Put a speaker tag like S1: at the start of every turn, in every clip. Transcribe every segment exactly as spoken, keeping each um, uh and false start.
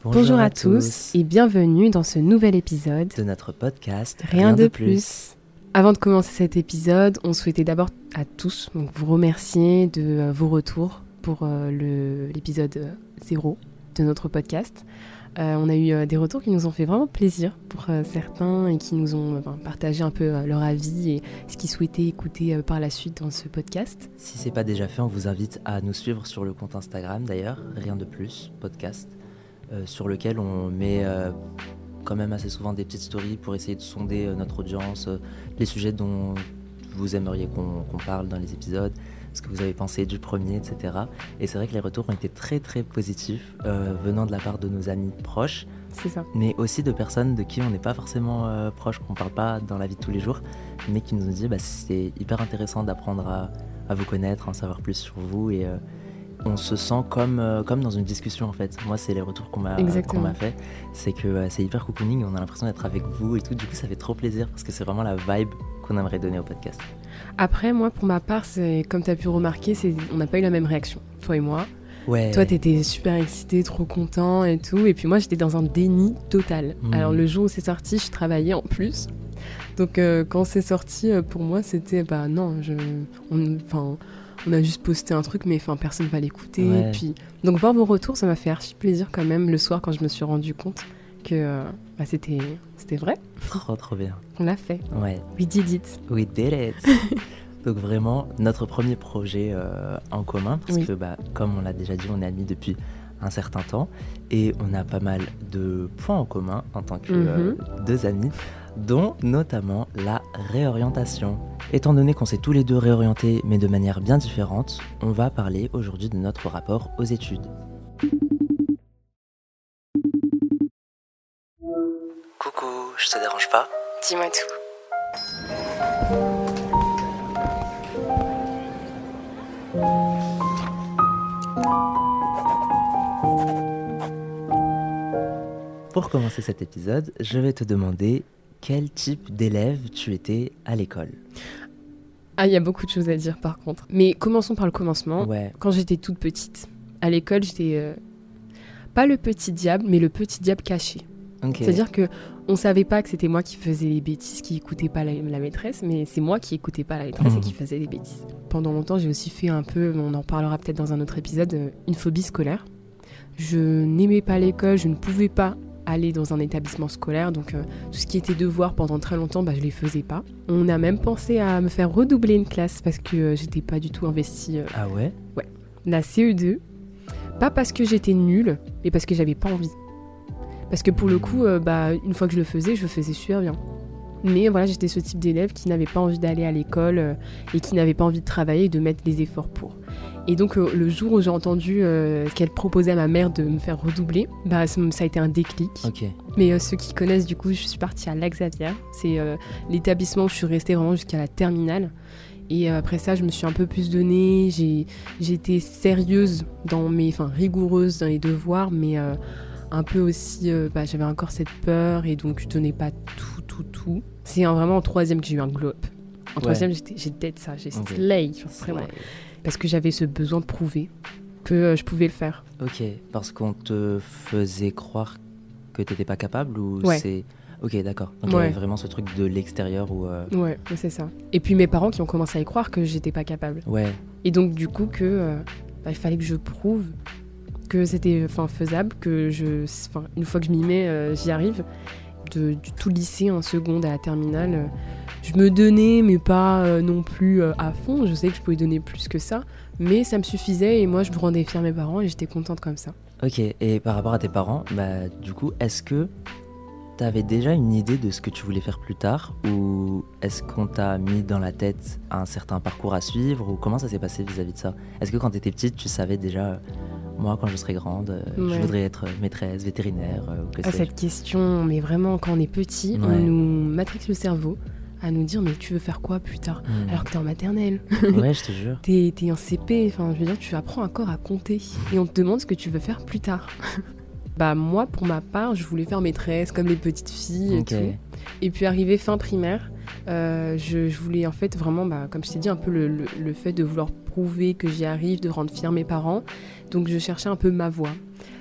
S1: Bonjour, Bonjour à, à tous et bienvenue dans ce nouvel épisode
S2: de notre podcast
S1: Rien, Rien de, de plus. plus. Avant de commencer cet épisode, on souhaitait d'abord à tous donc, vous remercier de euh, vos retours pour euh, le, l'épisode zéro de notre podcast. Euh, on a eu euh, des retours qui nous ont fait vraiment plaisir pour euh, certains et qui nous ont euh, partagé un peu euh, leur avis et ce qu'ils souhaitaient écouter euh, par la suite dans ce podcast.
S2: Si ce n'est pas déjà fait, on vous invite à nous suivre sur le compte Instagram d'ailleurs, Rien de plus, podcast, euh, sur lequel on met euh, quand même assez souvent des petites stories pour essayer de sonder euh, notre audience, euh, les sujets dont vous aimeriez qu'on, qu'on parle dans les épisodes, ce que vous avez pensé du premier, et cetera. Et c'est vrai que les retours ont été très très positifs, euh, venant de la part de nos amis proches,
S1: c'est ça.
S2: Mais aussi de personnes de qui on n'est pas forcément euh, proche, qu'on ne parle pas dans la vie de tous les jours, mais qui nous ont dit bah, c'est hyper intéressant d'apprendre à, à vous connaître, à en savoir plus sur vous, et euh, on se sent comme, euh, comme dans une discussion en fait. Moi, c'est les retours qu'on m'a, qu'on m'a fait, c'est que euh, c'est hyper cocooning, on a l'impression d'être avec vous et tout, du coup ça fait trop plaisir parce que c'est vraiment la vibe qu'on aimerait donner au podcast.
S1: Après, moi, pour ma part, c'est, comme tu as pu remarquer, c'est, on n'a pas eu la même réaction, toi et moi.
S2: Ouais.
S1: Toi, t'étais super excité, trop content et tout. Et puis moi, j'étais dans un déni total. Mmh. Alors, le jour où c'est sorti, je travaillais en plus. Donc, euh, quand c'est sorti, euh, pour moi, c'était... Bah non, je, on, on a juste posté un truc, mais personne ne va l'écouter.
S2: Ouais.
S1: Et puis, donc, voir vos retours, ça m'a fait archi plaisir quand même, le soir, quand je me suis rendu compte que euh, bah, c'était, c'était vrai.
S2: Trop, trop bien.
S1: On l'a fait.
S2: Ouais.
S1: We did it.
S2: We did it. Donc vraiment, notre premier projet euh, en commun, parce oui. que bah, comme on l'a déjà dit, on est amis depuis un certain temps, et on a pas mal de points en commun en tant que mm-hmm. euh, deux amis, dont notamment la réorientation. Étant donné qu'on s'est tous les deux réorientés, mais de manière bien différente, on va parler aujourd'hui de notre rapport aux études. Coucou, je te dérange pas ?
S1: Dis-moi tout.
S2: Pour commencer cet épisode, je vais te demander quel type d'élève tu étais à l'école.
S1: Ah, il y a beaucoup de choses à dire par contre. Mais commençons par le commencement.
S2: Ouais.
S1: Quand j'étais toute petite, à l'école, j'étais euh, pas le petit diable, mais le petit diable caché.
S2: Okay.
S1: C'est-à-dire que on savait pas que c'était moi qui faisais les bêtises, qui écoutais pas la, la maîtresse, mais c'est moi qui écoutais pas la maîtresse mmh. et qui faisais les bêtises. Pendant longtemps, j'ai aussi fait un peu, on en parlera peut-être dans un autre épisode, une phobie scolaire. Je n'aimais pas l'école, je ne pouvais pas aller dans un établissement scolaire, donc euh, tout ce qui était devoir pendant très longtemps, bah, je les faisais pas. On a même pensé à me faire redoubler une classe parce que euh, j'étais pas du tout investie. Euh,
S2: ah ouais
S1: Ouais. La C E deux, pas parce que j'étais nulle, mais parce que j'avais pas envie. Parce que pour le coup, euh, bah, une fois que je le faisais, je le faisais super bien. Mais voilà, j'étais ce type d'élève qui n'avait pas envie d'aller à l'école euh, et qui n'avait pas envie de travailler et de mettre les efforts pour. Et donc, euh, le jour où j'ai entendu euh, qu'elle proposait à ma mère de me faire redoubler, bah, ça, ça a été un déclic.
S2: Okay.
S1: Mais euh, ceux qui connaissent, du coup, je suis partie à Lac Xavier. C'est euh, l'établissement où je suis restée vraiment jusqu'à la terminale. Et euh, après ça, je me suis un peu plus donnée. J'ai, j'ai été sérieuse, dans mes, enfin rigoureuse dans les devoirs, mais euh, un peu aussi, euh, bah, j'avais encore cette peur et donc je donnais pas tout, tout, tout. C'est un, vraiment en troisième que j'ai eu un glow-up. En ouais. troisième, j'étais, j'ai dead ça, j'ai okay. slay, vraiment. Parce que j'avais ce besoin de prouver que euh, je pouvais le faire.
S2: Ok, parce qu'on te faisait croire que t'étais pas capable ou
S1: ouais.
S2: c'est... Ok, d'accord. Donc
S1: ouais.
S2: il y avait vraiment ce truc de l'extérieur où... Euh...
S1: Ouais, c'est ça. Et puis mes parents qui ont commencé à y croire que j'étais pas capable.
S2: Ouais.
S1: Et donc du coup que euh, bah, il fallait que je prouve que c'était enfin faisable, que je, enfin une fois que je m'y mets, euh, j'y arrive. De, du tout lycée en seconde à la terminale, euh, je me donnais, mais pas euh, non plus euh, à fond. Je sais que je pouvais donner plus que ça, mais ça me suffisait et moi je me rendais fière mes parents et j'étais contente comme ça.
S2: Ok, et par rapport à tes parents, bah du coup, est-ce que t'avais déjà une idée de ce que tu voulais faire plus tard ou est-ce qu'on t'a mis dans la tête un certain parcours à suivre ou comment ça s'est passé vis-à-vis de ça ? Est-ce que quand t'étais petite, tu savais déjà... Moi, quand je serai grande, euh, ouais. je voudrais être maîtresse, vétérinaire, euh, ou que
S1: ah,
S2: sais-je.
S1: Cette question, mais vraiment, quand on est petit, ouais. on nous matrixe le cerveau à nous dire, mais tu veux faire quoi plus tard ? mmh. Alors que t'es en maternelle.
S2: Ouais, je te jure.
S1: t'es, t'es en C P, enfin, je veux dire, tu apprends encore à compter. Et on te demande ce que tu veux faire plus tard. Bah, moi, pour ma part, je voulais faire maîtresse, comme les petites filles et okay. tout. Et puis, arrivé fin primaire, euh, je, je voulais en fait vraiment, bah, comme je t'ai dit, un peu le, le, le fait de vouloir prouver que j'y arrive, de rendre fiers mes parents. Donc, je cherchais un peu ma voie.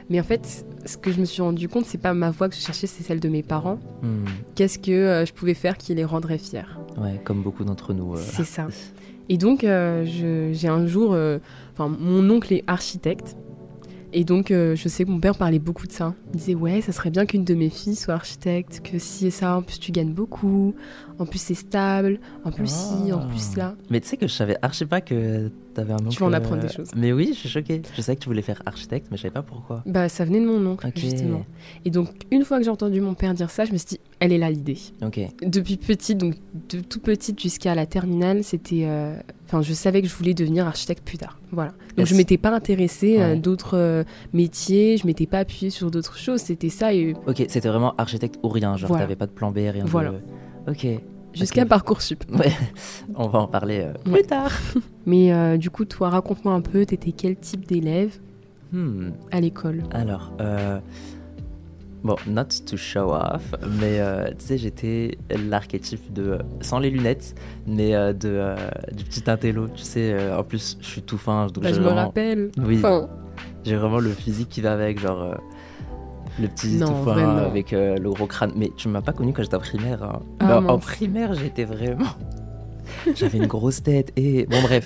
S1: Mais en fait, ce que je me suis rendu compte, c'est pas ma voie que je cherchais, c'est celle de mes parents.
S2: Hmm.
S1: Qu'est-ce que euh, je pouvais faire qui les rendrait fiers?
S2: Ouais, comme beaucoup d'entre nous. euh.
S1: C'est ça. Et donc, euh, je- j'ai un jour... euh, Enfin, mon oncle est architecte. Et donc, euh, je sais que mon père parlait beaucoup de ça. Il disait, ouais, ça serait bien qu'une de mes filles soit architecte, que si et ça, en plus tu gagnes beaucoup, en plus c'est stable, en plus si, en
S2: Ah.
S1: plus là.
S2: Mais tu sais que je savais archi pas que t'avais un oncle.
S1: Tu vas en apprendre des choses.
S2: Mais oui, je suis choquée. Je savais que tu voulais faire architecte, mais je savais pas pourquoi.
S1: Bah, ça venait de mon oncle,
S2: Ok.
S1: justement. Et donc, une fois que j'ai entendu mon père dire ça, je me suis dit, elle est là l'idée.
S2: Ok.
S1: Depuis petite, donc de tout petite jusqu'à la terminale, c'était... euh, Enfin, je savais que je voulais devenir architecte plus tard. Voilà. Donc,
S2: Est-ce-
S1: je m'étais pas intéressée à
S2: Ouais.
S1: d'autres euh, métiers, je m'étais pas appuyée sur d'autres choses. C'était ça et
S2: Ok, c'était vraiment architecte ou rien. Genre,
S1: Voilà.
S2: t'avais pas de plan B, rien
S1: Voilà.
S2: de. Ok.
S1: jusqu'à
S2: Ok.
S1: Parcoursup.
S2: Ouais, on va en parler euh,
S1: Ouais.
S2: plus tard.
S1: Mais euh, du coup, toi, raconte-moi un peu, t'étais quel type d'élève
S2: Hmm.
S1: à l'école?
S2: Alors, euh, bon, not to show off, mais euh, tu sais, j'étais l'archétype de, sans les lunettes, mais euh, de, euh, du petit intello. Tu sais, euh, en plus, je suis tout fin, donc
S1: Bah,
S2: j'ai
S1: je me
S2: vraiment,
S1: rappelle.
S2: Oui.
S1: Enfin,
S2: j'ai vraiment le physique qui va avec, genre euh, le petit
S1: Non,
S2: tout
S1: en
S2: fin
S1: vrai, non.
S2: avec euh, le gros crâne. Mais tu m'as pas connu quand j'étais en primaire. hein.
S1: Ah,
S2: Bah, en
S1: mince.
S2: primaire, j'étais vraiment. J'avais une grosse tête et bon, bref.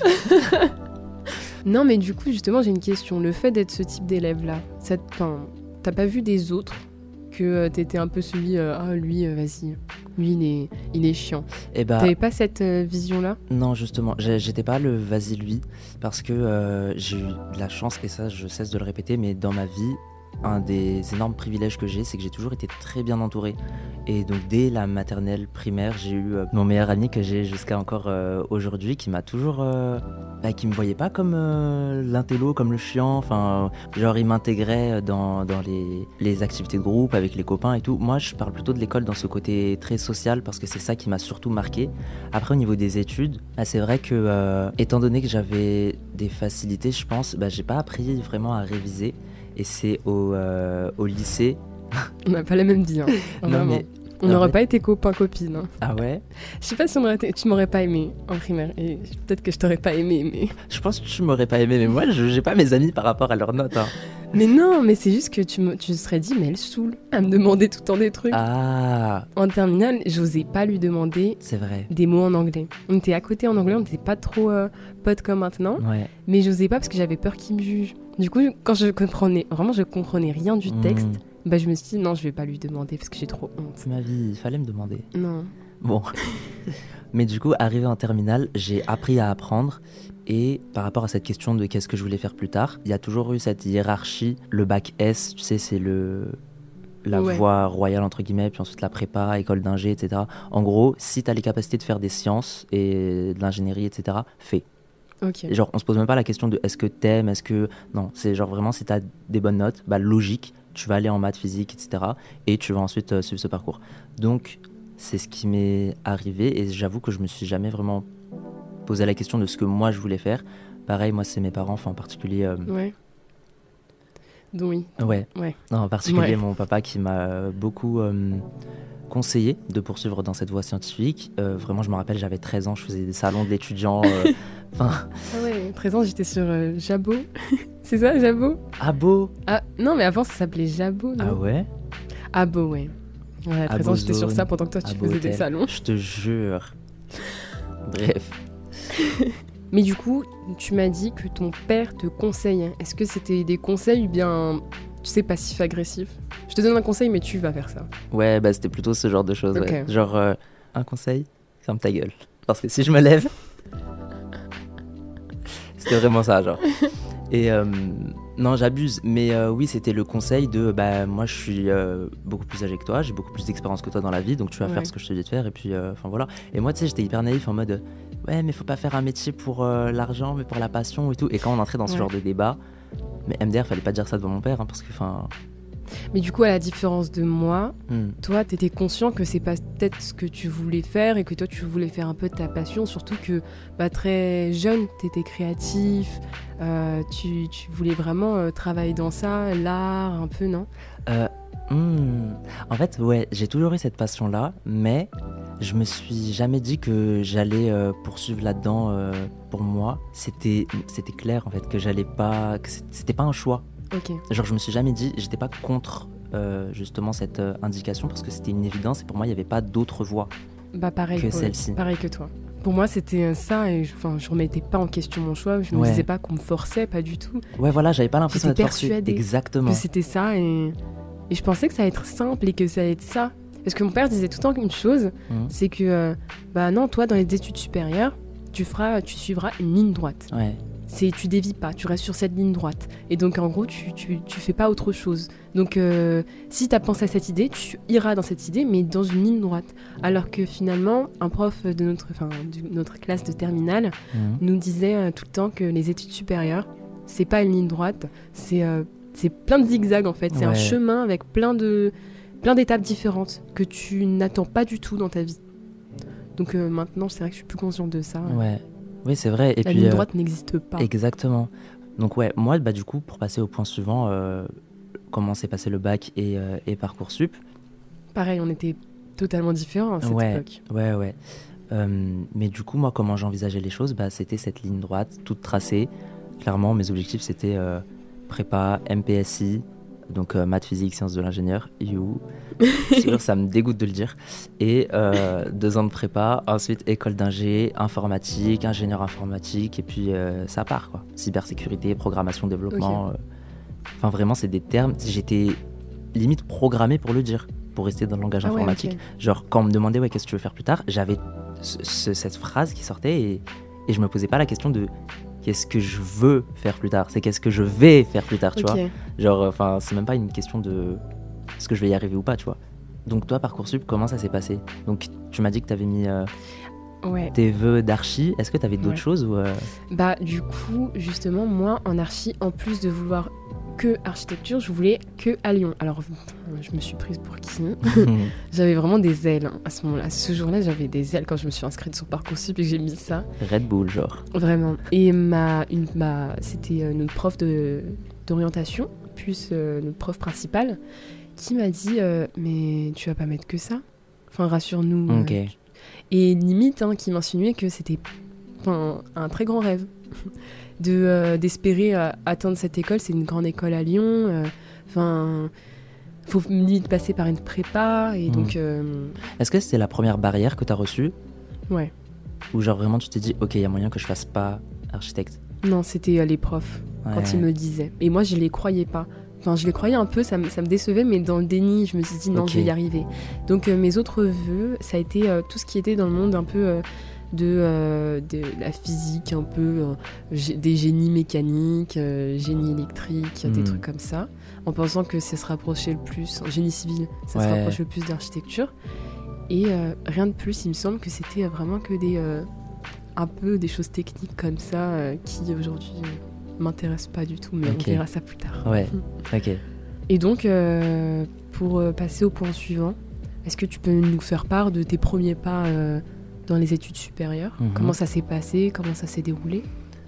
S1: non, mais du coup, justement, j'ai une question. Le fait d'être ce type d'élève-là, ça, t- enfin, t'as pas vu des autres que euh, t'étais un peu celui, euh, ah lui, euh, vas-y, lui, il est, il est chiant.
S2: Et bah,
S1: T'avais pas cette euh, vision-là?
S2: non, justement, j'ai- j'étais pas le vas-y lui parce que euh, j'ai eu de la chance et ça, je cesse de le répéter, mais dans ma vie, un des énormes privilèges que j'ai, c'est que j'ai toujours été très bien entouré. Et donc, dès la maternelle primaire, j'ai eu euh, mon meilleur ami que j'ai jusqu'à encore euh, aujourd'hui, qui m'a toujours. Euh, bah, qui me voyait pas comme euh, l'intello, comme le chiant. Enfin, euh, genre, il m'intégrait dans, dans les, les activités de groupe avec les copains et tout. Moi, je parle plutôt de l'école dans ce côté très social parce que c'est ça qui m'a surtout marqué. Après, au niveau des études, bah, c'est vrai que, euh, étant donné que j'avais des facilités, je pense, bah, j'ai pas appris vraiment à réviser. Et c'est au, euh, au lycée.
S1: On n'a pas la même vie, hein.
S2: Non,
S1: Vraiment.
S2: mais-
S1: On
S2: en
S1: n'aurait
S2: fait-
S1: pas été copains-copines. Hein.
S2: Ah ouais?
S1: Je sais pas si on aurait été... tu m'aurais pas aimé en primaire. Et peut-être que je t'aurais pas aimé, mais...
S2: Je pense que tu m'aurais pas aimé, mais moi, je j'ai pas mes amis par rapport à leurs notes. hein.
S1: Mais non, mais c'est juste que tu me tu te serais dit, mais elle saoule à me demander tout le temps des trucs.
S2: Ah,
S1: En terminale, j'osais pas lui demander
S2: c'est vrai.
S1: des mots en anglais. On était à côté en anglais, on n'était pas trop euh, potes comme maintenant,
S2: Ouais.
S1: mais j'osais pas parce que j'avais peur qu'il me juge. Du coup, quand je comprenais, vraiment, je comprenais rien du texte,
S2: Mmh.
S1: bah je me suis dit, non, je vais pas lui demander parce que j'ai trop honte.
S2: C'est ma vie, il fallait me demander.
S1: Non.
S2: Bon. Mais du coup, arrivé en terminale, j'ai appris à apprendre. Et par rapport à cette question de qu'est-ce que je voulais faire plus tard, il y a toujours eu cette hiérarchie. Le bac S, tu sais, c'est le la
S1: Ouais.
S2: voie royale, entre guillemets, puis ensuite la prépa, école d'ingé, et cetera. En gros, si tu as les capacités de faire des sciences et de l'ingénierie, et cetera, fais.
S1: Ok.
S2: Et genre, on se pose même pas la question de est-ce que t'aimes, est-ce que... Non, c'est genre vraiment, si t'as des bonnes notes, bah logique, tu vas aller en maths, physique, et cetera. Et tu vas ensuite euh, suivre ce parcours. Donc, c'est ce qui m'est arrivé et j'avoue que je me suis jamais vraiment posé la question de ce que moi je voulais faire. Pareil, moi, c'est mes parents, enfin en particulier... euh,
S1: Ouais. Donc oui.
S2: Ouais.
S1: Ouais.
S2: Non, en particulier
S1: Ouais.
S2: mon papa qui m'a beaucoup euh, conseillé de poursuivre dans cette voie scientifique. Euh, vraiment, je me rappelle, j'avais treize ans, je faisais des salons de l'étudiant. euh, Enfin,
S1: Ah ouais, treize ans, j'étais sur euh, Jabot. C'est ça, Jabot?
S2: ah beau.
S1: Ah non, mais avant, ça s'appelait Jabot, non?
S2: Ah ouais.
S1: Ah bon, ouais. Ouais, à treize ans, j'étais sur
S2: Abozone,
S1: ça pendant que toi, tu
S2: Abo
S1: faisais des
S2: Hotel.
S1: salons.
S2: Je te jure. Bref.
S1: Mais du coup, tu m'as dit que ton père te conseille. Est-ce que c'était des conseils ou bien, tu sais, passif-agressif? Je te donne un conseil, mais tu vas faire ça.
S2: Ouais, bah c'était plutôt ce genre de choses. ouais.
S1: Ok.
S2: Genre, euh, un conseil, ferme ta gueule. Parce que si je me lève. C'était vraiment ça, genre. Et euh, non, j'abuse, mais euh, oui, c'était le conseil de bah, moi je suis euh, beaucoup plus âgé que toi, j'ai beaucoup plus d'expérience que toi dans la vie, donc tu vas
S1: Ouais.
S2: faire ce que je te dis de faire, et puis euh, enfin voilà. Et moi, tu sais, j'étais hyper naïf en mode euh, ouais, mais faut pas faire un métier pour euh, l'argent, mais pour la passion et tout. Et quand on entrait dans ce
S1: Ouais.
S2: genre de débat, mais M D R, fallait pas dire ça devant mon père, hein, parce que enfin.
S1: Mais du coup, à la différence de moi,
S2: hmm.
S1: toi, t'étais conscient que c'est pas peut-être ce que tu voulais faire et que toi, tu voulais faire un peu de ta passion, surtout que bah, très jeune, t'étais créatif, euh, tu, tu voulais vraiment euh, travailler dans ça, l'art, un peu, non?
S2: Euh, hmm. En fait, ouais, j'ai toujours eu cette passion-là, mais je me suis jamais dit que j'allais euh, poursuivre là-dedans. euh, pour moi, c'était c'était clair en fait que j'allais pas, que c'est- c'était pas un choix.
S1: Ok.
S2: Genre, je me suis jamais dit, j'étais pas contre euh, justement cette euh, indication parce que c'était une évidence et pour moi, il n'y avait pas d'autre voie
S1: Bah pareil
S2: que
S1: pour-
S2: celle-ci.
S1: pareil que toi. Pour moi, c'était euh, ça et je, enfin, je remettais pas en question mon choix. Je me
S2: Ouais.
S1: disais pas qu'on me forçait, pas du tout.
S2: Ouais, voilà, j'avais pas l'impression
S1: J'étais
S2: d'être forcé.
S1: persuadée
S2: Exactement.
S1: Que c'était ça et, et je pensais que ça allait être simple et que ça allait être ça. Parce que mon père disait tout le temps une chose,
S2: Mhm.
S1: c'est que euh, bah non, toi dans les études supérieures, tu feras, tu suivras une ligne droite.
S2: Ouais.
S1: C'est tu dévies pas, tu restes sur cette ligne droite. Et donc en gros, tu tu, tu fais pas autre chose. Donc euh, si tu as pensé à cette idée, tu iras dans cette idée, mais dans une ligne droite. Alors que finalement, un prof de notre, enfin, de notre classe de terminale
S2: Mhm.
S1: nous disait euh, tout le temps que les études supérieures, c'est pas une ligne droite, c'est euh, c'est plein de zigzags en fait. C'est
S2: Ouais.
S1: un chemin avec plein de plein d'étapes différentes que tu n'attends pas du tout dans ta vie. Donc euh, maintenant, c'est vrai que je suis plus consciente de ça.
S2: Ouais. Oui, c'est vrai. Et
S1: La
S2: puis,
S1: ligne
S2: euh,
S1: droite n'existe pas.
S2: exactement. Donc ouais, moi, bah, du coup, pour passer au point suivant, euh, comment s'est passé le bac et, euh, et Parcoursup.
S1: Pareil, on était totalement différents à cette
S2: Ouais.
S1: époque.
S2: Ouais, ouais. Euh, mais du coup, moi, comment j'envisageais les choses, bah, c'était cette ligne droite, toute tracée. Clairement, mes objectifs, c'était euh, prépa, M P S I, donc euh, maths, physique, sciences de l'ingénieur, you. Sûr, ça me dégoûte de le dire. Et euh, deux ans de prépa, ensuite école d'ingé, informatique, ingénieur informatique, et puis euh, ça part, quoi. Cybersécurité, programmation, développement.
S1: Ok.
S2: euh. Enfin, vraiment, c'est des termes, j'étais limite programmé pour le dire, pour rester dans le langage
S1: Ah ouais,
S2: informatique.
S1: ok.
S2: Genre, quand on me demandait ouais, qu'est-ce que tu veux faire plus tard, j'avais ce- ce- cette phrase qui sortait et, et je me posais pas la question de qu'est-ce que je veux faire plus tard, c'est qu'est-ce que je vais faire plus tard, tu
S1: Ok.
S2: vois. Genre, enfin, c'est même pas une question de est-ce que je vais y arriver ou pas, tu vois. Donc, toi, Parcoursup, comment ça s'est passé? Donc, tu m'as dit que tu avais mis euh,
S1: Ouais.
S2: tes vœux d'archi. Est-ce que tu avais d'autres
S1: Ouais.
S2: choses ou, euh,
S1: Bah du coup, justement, moi en archi, en plus de vouloir que architecture, je voulais que à Lyon. Alors je me suis prise pour qui? J'avais vraiment des ailes hein, à ce moment-là. Ce jour-là, j'avais des ailes quand je me suis inscrite sur Parcoursup et que j'ai mis ça.
S2: Red Bull, genre.
S1: Vraiment. Et ma, une, ma, c'était euh, notre prof de, d'orientation, plus euh, notre prof principale, qui m'a dit euh, mais tu vas pas mettre que ça. Enfin rassure-nous. euh,
S2: Ok.
S1: et limite, hein, qui m'insinuait que c'était enfin, un très grand rêve de, euh, d'espérer euh, atteindre cette école. C'est une grande école à Lyon. euh, Enfin, faut limite passer par une prépa. Et
S2: Mm.
S1: donc, euh,
S2: Est-ce que c'était la première barrière que tu as reçue
S1: ouais.
S2: ou genre vraiment tu t'es dit ok, il y a moyen que je fasse pas architecte?
S1: Non, c'était euh, les profs quand
S2: Ouais.
S1: ils me le disaient. Et moi, je les croyais pas. Enfin, je les croyais un peu, ça me, ça me décevait, mais dans le déni, je me suis dit non,
S2: Ok.
S1: je vais y arriver. Donc, euh, mes autres vœux, ça a été euh, tout ce qui était dans le monde un peu euh, de, euh, de la physique, un peu euh, gé- des génies mécaniques, euh, génie électrique, des
S2: Hmm.
S1: trucs comme ça, en pensant que ça se rapprochait le plus, en génie civil, ça se
S2: Ouais.
S1: rapproche le plus d'architecture. Et euh, rien de plus, il me semble que c'était vraiment que des, euh, un peu des choses techniques comme ça euh, qui aujourd'hui euh, m'intéressent pas du tout, mais
S2: Ok.
S1: on verra ça plus tard.
S2: Ouais, ok.
S1: Et donc, euh, pour euh, passer au point suivant, est-ce que tu peux nous faire part de tes premiers pas euh, dans les études supérieures?
S2: Mhm.
S1: Comment ça s'est passé? Comment ça s'est déroulé?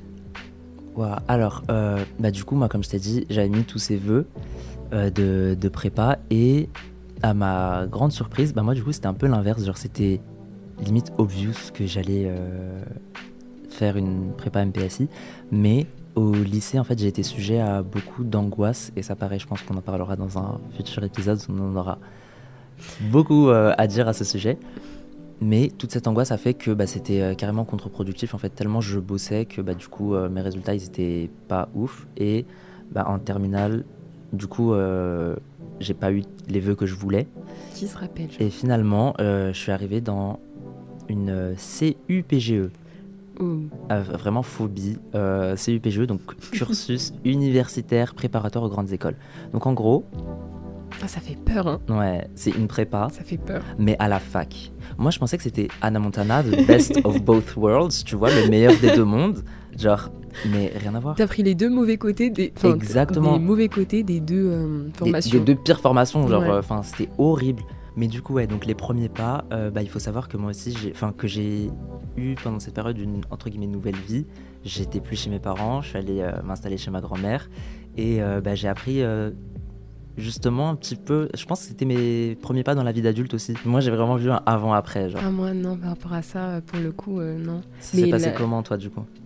S2: Ouais, alors, euh, bah, du coup, moi, comme je t'ai dit, j'avais mis tous ces vœux euh, de, de prépa et à ma grande surprise, bah, moi, du coup, c'était un peu l'inverse. Genre, c'était limite obvious que j'allais euh, faire une prépa M P S I. Mais au lycée, en fait, j'ai été sujet à beaucoup d'angoisse et ça paraît, je pense qu'on en parlera dans un futur épisode, on en aura beaucoup euh, à dire à ce sujet. Mais toute cette angoisse a fait que bah, c'était euh, carrément contre-productif en fait, tellement je bossais que bah, du coup euh, mes résultats ils étaient pas ouf et bah, en terminale du coup euh, j'ai pas eu les vœux que je voulais
S1: Qui se rappelle?
S2: et finalement euh, je suis arrivé dans une euh, C U P G E.
S1: Oh.
S2: Ah, vraiment phobie, euh, C U P G E, donc cursus universitaire préparatoire aux grandes écoles. Donc en gros,
S1: Ah, ça fait peur, hein.
S2: ouais, c'est une prépa
S1: Ça fait peur.
S2: mais à la fac. Moi, je pensais que c'était Hannah Montana, the best of both worlds, tu vois, le meilleur des deux mondes. Genre, mais rien à voir.
S1: T'as pris les deux mauvais côtés des, enfin,
S2: Exactement.
S1: des mauvais côtés des deux euh,
S2: Des,
S1: formations.
S2: des deux pires formations, genre,
S1: Ouais.
S2: enfin, c'était horrible. Mais du coup, ouais, donc les premiers pas, euh, bah, il faut savoir que moi aussi, j'ai, enfin, que j'ai eu pendant cette période une entre guillemets nouvelle vie. J'étais plus chez mes parents, je suis allé euh, m'installer chez ma grand-mère et euh, bah, j'ai appris. Euh, Justement, un petit peu, je pense que c'était mes premiers pas dans la vie d'adulte aussi. Moi, j'ai vraiment vu un avant-après. Genre,
S1: Ah, moi, non, par rapport à ça, pour le coup, euh, non.
S2: ça s'est
S1: mais
S2: passé
S1: la-
S2: comment, toi, du coup?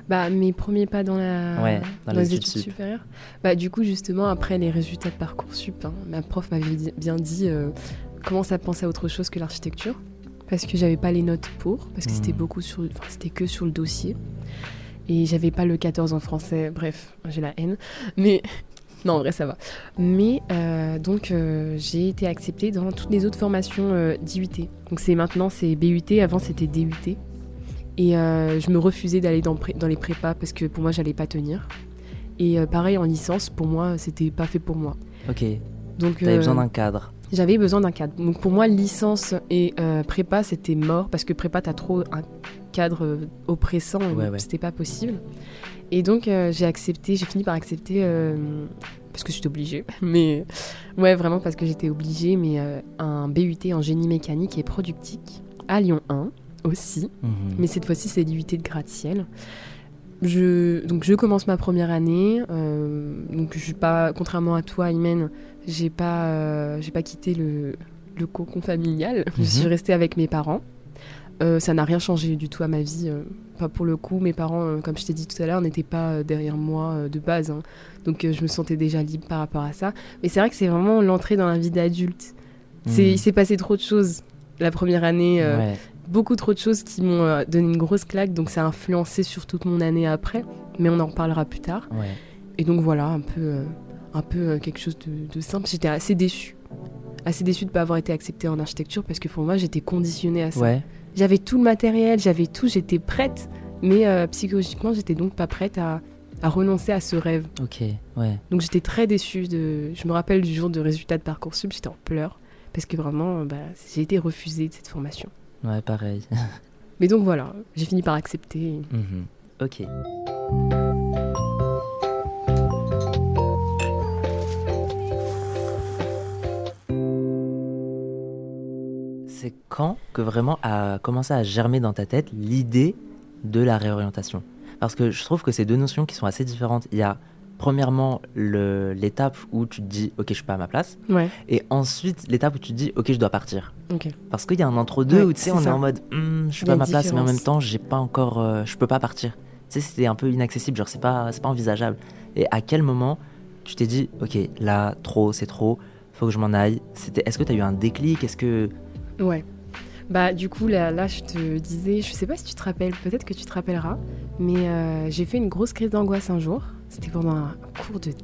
S1: Bah, mes premiers pas dans, la...
S2: Ouais, dans
S1: dans
S2: les
S1: les
S2: études
S1: études
S2: sup.
S1: supérieures. Bah, du coup, justement, après les résultats de Parcoursup, hein, ma prof m'avait di- bien dit euh, commence à penser à autre chose que l'architecture. Parce que j'avais pas les notes pour, parce que
S2: Mmh.
S1: c'était beaucoup sur, enfin, c'était que sur le dossier. Et j'avais pas le quatorze en français, bref, j'ai la haine. Mais non, en vrai, ça va. Mais euh, donc, euh, j'ai été acceptée dans toutes les autres formations euh, d'I U T. Donc, c'est maintenant, c'est B U T, avant, c'était D U T. Et euh, je me refusais d'aller dans, pré- dans les prépas parce que pour moi, j'allais pas tenir. Et euh, pareil, en licence, pour moi, c'était pas fait pour moi.
S2: Ok,
S1: Donc,
S2: t'avais
S1: euh,
S2: besoin d'un cadre.
S1: j'avais besoin d'un cadre. Donc pour moi, licence et euh, prépa, c'était mort parce que prépa, t'as trop un cadre euh, oppressant et
S2: Ouais, ouais.
S1: c'était pas possible. Et donc euh, j'ai accepté, j'ai fini par accepter euh, parce que j'étais obligée. Mais ouais, vraiment parce que j'étais obligée. Mais euh, un B U T en génie mécanique et productique à Lyon un aussi.
S2: Mhm.
S1: Mais cette fois-ci, c'est l'I U T de gratte-ciel. Je, donc je commence ma première année. Euh, donc je suis pas, contrairement à toi, Imen, j'ai pas, euh, j'ai pas quitté le, le cocon familial. Je
S2: Mhm.
S1: suis restée avec mes parents. Euh, ça n'a rien changé du tout à ma vie. euh, Pas pour le coup, mes parents, euh, comme je t'ai dit tout à l'heure, n'étaient pas euh, derrière moi euh, de base. hein. Donc euh, je me sentais déjà libre par rapport à ça. Mais c'est vrai que c'est vraiment l'entrée dans la vie d'adulte. C'est,
S2: Mhm.
S1: Il s'est passé trop de choses la première année. euh,
S2: Ouais.
S1: Beaucoup trop de choses qui m'ont euh, donné une grosse claque. Donc ça a influencé sur toute mon année après. Mais on en reparlera plus tard.
S2: Ouais.
S1: Et donc voilà, un peu, euh, un peu euh, quelque chose de, de simple. J'étais assez déçue. Assez déçue de ne pas avoir été acceptée en architecture parce que pour moi, j'étais conditionnée à ça.
S2: Ouais.
S1: J'avais tout le matériel, j'avais tout, j'étais prête. Mais euh, psychologiquement, j'étais donc pas prête à, à renoncer à ce rêve.
S2: Ok. Ouais.
S1: Donc j'étais très déçue. De... Je me rappelle du jour de résultat de Parcoursup, j'étais en pleurs. Parce que vraiment, euh, bah, j'ai été refusée de cette formation.
S2: Ouais, pareil.
S1: Mais donc voilà, j'ai fini par accepter.
S2: Mhm. Ok. C'est quand que vraiment a commencé à germer dans ta tête l'idée de la réorientation? Parce que je trouve que c'est deux notions qui sont assez différentes. Il y a premièrement le- l'étape où tu te dis ok, je suis pas à ma place,
S1: Ouais,
S2: et ensuite l'étape où tu te dis ok, je dois partir.
S1: ok.
S2: Parce qu'il y a un entre-deux
S1: Ouais,
S2: où tu sais,
S1: c'est
S2: on est
S1: ça.
S2: en mode hmm, je suis
S1: Il y
S2: pas
S1: a
S2: à ma
S1: une
S2: place, mais en même
S1: différence.
S2: temps, j'ai pas encore, euh, je peux pas partir. Tu sais, c'était un peu inaccessible, genre c'est pas, c'est pas envisageable. Et à quel moment tu t'es dit ok, là, trop, c'est trop, faut que je m'en aille. C'était, est-ce que t'as eu un déclic? Est-ce que
S1: Ouais. Bah du coup là, là je te disais, je sais pas si tu te rappelles, peut-être que tu te rappelleras, mais euh, j'ai fait une grosse crise d'angoisse un jour. C'était pendant un cours de,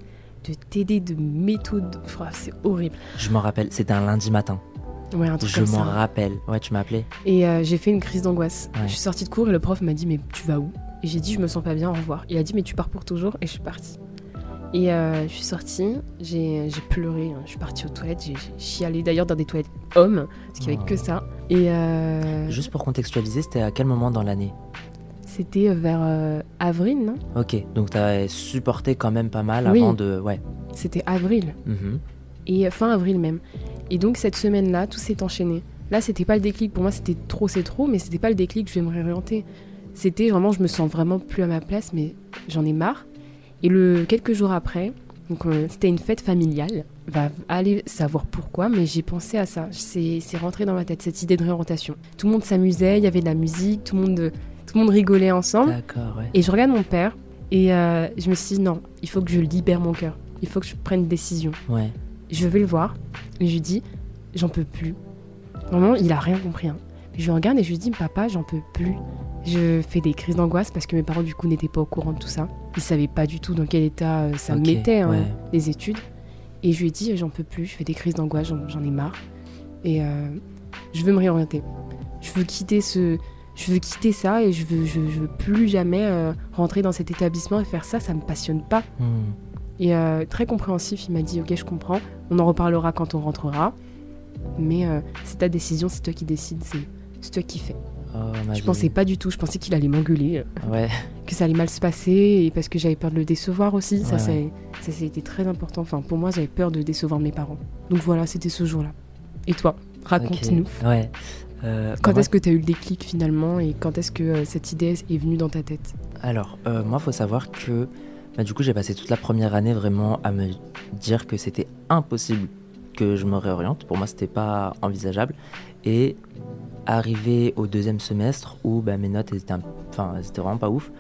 S1: de T D de méthode. Enfin, c'est horrible.
S2: je m'en rappelle, c'était un lundi matin.
S1: Ouais, un truc
S2: Je
S1: comme
S2: m'en
S1: ça.
S2: rappelle. Ouais, tu m'as appelé.
S1: Et euh, j'ai fait une crise d'angoisse.
S2: Ouais.
S1: Je suis sortie de cours et le prof m'a dit mais tu vas où? Et j'ai dit je me sens pas bien, au revoir. Il a dit mais tu pars pour toujours et je suis partie. Et euh, je suis sortie, j'ai, j'ai pleuré, hein. Je suis partie aux toilettes, j'ai, j'ai chialé d'ailleurs dans des toilettes hommes, parce qu'il y avait
S2: Oh.
S1: que ça. Et euh,
S2: Juste pour contextualiser, c'était à quel moment dans l'année?
S1: c'était vers euh, avril, non?
S2: Ok, donc t'as supporté quand même pas mal
S1: Oui.
S2: avant de... Ouais.
S1: C'était avril.
S2: Mhm.
S1: Et euh, fin avril même. Et donc cette semaine-là, tout s'est enchaîné. Là, c'était pas le déclic. Pour moi, c'était trop, c'est trop, mais c'était pas le déclic, je vais me réorienter. C'était vraiment, je me sens vraiment plus à ma place, mais j'en ai marre. Et le, quelques jours après, donc, euh, c'était une fête familiale. Va aller savoir pourquoi, mais j'ai pensé à ça. C'est, c'est rentré dans ma tête, cette idée de réorientation. Tout le monde s'amusait, il y avait de la musique, tout le monde, tout le monde rigolait ensemble.
S2: D'accord, ouais.
S1: Et je regarde mon père, et euh, je me suis dit, non, il faut que je libère mon cœur. Il faut que je prenne une décision.
S2: Ouais.
S1: Je vais le voir, et je lui dis, j'en peux plus. Vraiment, il a rien compris. Hein. Je le regarde et je lui dis, papa, j'en peux plus. Je fais des crises d'angoisse parce que mes parents, du coup, n'étaient pas au courant de tout ça. Ils savaient pas du tout dans quel état euh, ça
S2: Ok,
S1: me mettait, hein,
S2: ouais.
S1: les études. Et je lui ai dit, j'en peux plus, je fais des crises d'angoisse, j'en, j'en ai marre. Et euh, je veux me réorienter. Je veux quitter ce... Je veux quitter ça et je veux, je, je veux plus jamais euh, rentrer dans cet établissement et faire ça, ça me passionne pas.
S2: Hmm.
S1: Et euh, très compréhensif, il m'a dit, ok, je comprends, on en reparlera quand on rentrera. Mais euh, c'est ta décision, c'est toi qui décides, c'est, c'est toi qui fais.
S2: Oh, ma
S1: Je
S2: vie.
S1: pensais pas du tout, je pensais qu'il allait m'engueuler, euh,
S2: Ouais.
S1: que ça allait mal se passer, et parce que j'avais peur de le décevoir aussi. Ça,
S2: Ouais,
S1: ça,
S2: ouais.
S1: ça, ça a été très important. Enfin, pour moi, j'avais peur de décevoir mes parents. Donc voilà, c'était ce jour-là. Et toi, raconte-nous.
S2: Ok, ouais. Euh,
S1: Quand
S2: bah,
S1: est-ce que tu as eu le déclic finalement, et quand est-ce que euh, cette idée est venue dans ta tête?
S2: Alors, euh, moi, faut savoir que bah, du coup, j'ai passé toute la première année vraiment à me dire que c'était impossible que je me réoriente. Pour moi, c'était pas envisageable. Et arrivé au deuxième semestre où bah, mes notes elles étaient, un- enfin, elles étaient vraiment pas ouf,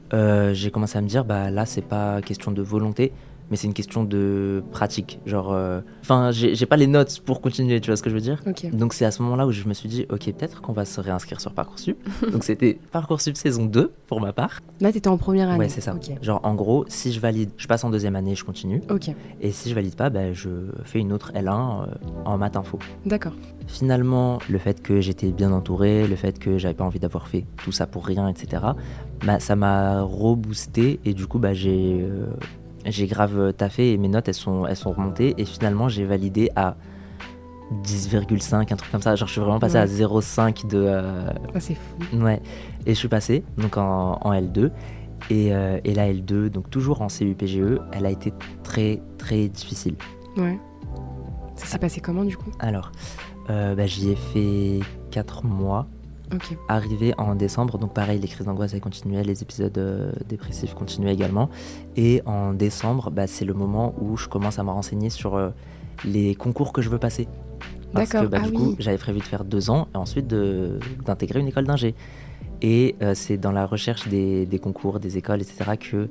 S2: euh, j'ai commencé à me dire, bah là, c'est pas question de volonté, mais c'est une question de pratique. Genre, enfin, euh, j'ai, j'ai pas les notes pour continuer, tu vois ce que je veux dire?
S1: Okay.
S2: Donc c'est à ce moment-là où je me suis dit, ok, peut-être qu'on va se réinscrire sur Parcoursup. Donc c'était Parcoursup saison deux pour ma part.
S1: Là, t'étais en première année.
S2: Ouais, c'est ça. Okay. Genre, en gros, si je valide, je passe en deuxième année, je continue.
S1: Ok.
S2: Et si je valide pas, bah, je fais une autre L un euh, en maths info.
S1: D'accord.
S2: Finalement, le fait que j'étais bien entouré, le fait que j'avais pas envie d'avoir fait tout ça pour rien, et cetera, bah, ça m'a reboosté et du coup, bah, j'ai... Euh, j'ai grave taffé et mes notes elles sont, elles sont remontées et finalement j'ai validé à dix virgule cinq, un truc comme ça, genre je suis vraiment passé ouais. à zéro virgule cinq de... Euh...
S1: Ah, c'est fou.
S2: Ouais, et je suis passé donc en, en L deux et, euh, et la L deux, donc toujours en C U P G E, elle a été très très difficile.
S1: Ouais. Ça s'est passé comment du coup?
S2: Alors, euh, bah, j'y ai fait quatre mois.
S1: Okay.
S2: Arrivé en décembre, donc pareil, les crises d'angoisse elles continuaient, les épisodes euh, dépressifs continuaient également. Et en décembre, bah, c'est le moment où je commence à me renseigner sur euh, les concours que je veux passer. Parce
S1: D'accord.
S2: que bah,
S1: ah,
S2: du
S1: oui.
S2: coup, j'avais prévu de faire deux ans et ensuite de, d'intégrer une école d'ingé. Et euh, c'est dans la recherche des, des concours, des écoles, et cetera que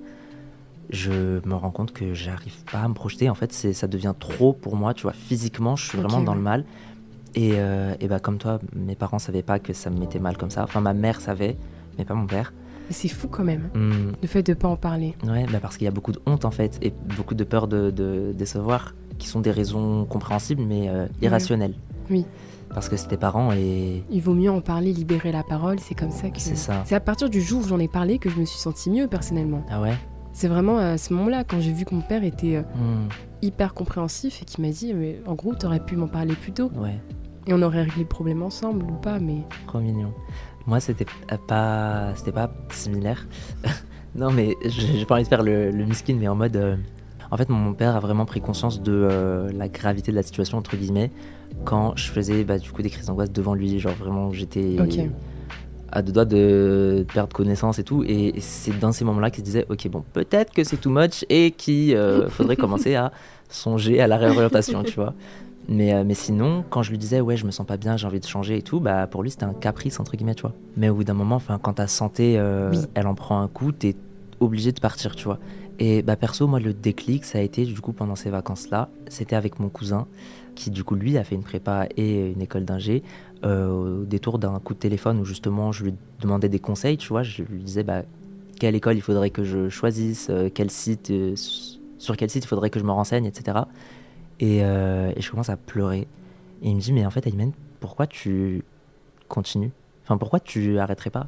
S2: je me rends compte que j'arrive pas à me projeter. En fait, c'est, ça devient trop pour moi, tu vois. Physiquement, je suis okay, vraiment dans ouais. le mal. Et, euh, et bah comme toi, mes parents savaient pas que ça me mettait mal comme ça. Enfin, ma mère savait, mais pas mon père.
S1: Mais c'est fou quand même,
S2: mmh.
S1: le fait de pas en parler.
S2: Ouais, bah parce qu'il y a beaucoup de honte en fait, et beaucoup de peur de, de décevoir, qui sont des raisons compréhensibles, mais euh, irrationnelles.
S1: Ouais. Oui.
S2: Parce que c'est tes parents et...
S1: Il vaut mieux en parler, libérer la parole, c'est comme ça que...
S2: C'est ça.
S1: C'est à partir du jour où j'en ai parlé que je me suis sentie mieux personnellement.
S2: Ah ouais?
S1: C'est vraiment à ce moment-là, quand j'ai vu que mon père était euh,
S2: mmh.
S1: hyper compréhensif et qui m'a dit, mais en gros, t'aurais pu m'en parler plus tôt.
S2: Ouais.
S1: Et on aurait réglé le problème ensemble ou pas, mais...
S2: Trop mignon. Moi, c'était pas, c'était pas similaire. Non, mais j'ai pas envie de faire le, le miskin, mais en mode... Euh... En fait, mon père a vraiment pris conscience de euh, la gravité de la situation, entre guillemets, quand je faisais bah, du coup des crises d'angoisse devant lui. Genre vraiment, j'étais
S1: okay.
S2: à deux doigts de perdre connaissance et tout. Et c'est dans ces moments-là qu'il se disait, ok, bon, peut-être que c'est too much et qu'il euh, faudrait commencer à songer à la réorientation, tu vois. Mais, euh, mais sinon, quand je lui disais, ouais, je me sens pas bien, j'ai envie de changer et tout, bah pour lui, c'était un caprice, entre guillemets, tu vois. Mais au bout d'un moment, quand ta santé, euh, oui. elle en prend un coup, t'es obligé de partir, tu vois. Et bah perso, moi, le déclic, ça a été, du coup, pendant ces vacances-là, c'était avec mon cousin, qui, du coup, lui, a fait une prépa et une école d'ingé, euh, au détour d'un coup de téléphone où, justement, je lui demandais des conseils, tu vois. Je lui disais, bah, quelle école il faudrait que je choisisse, euh, quel site, euh, sur quel site il faudrait que je me renseigne, et cetera. Et, euh, et je commence à pleurer. Et il me dit, mais en fait, Aymen, pourquoi tu continues? Enfin, pourquoi tu arrêterais pas?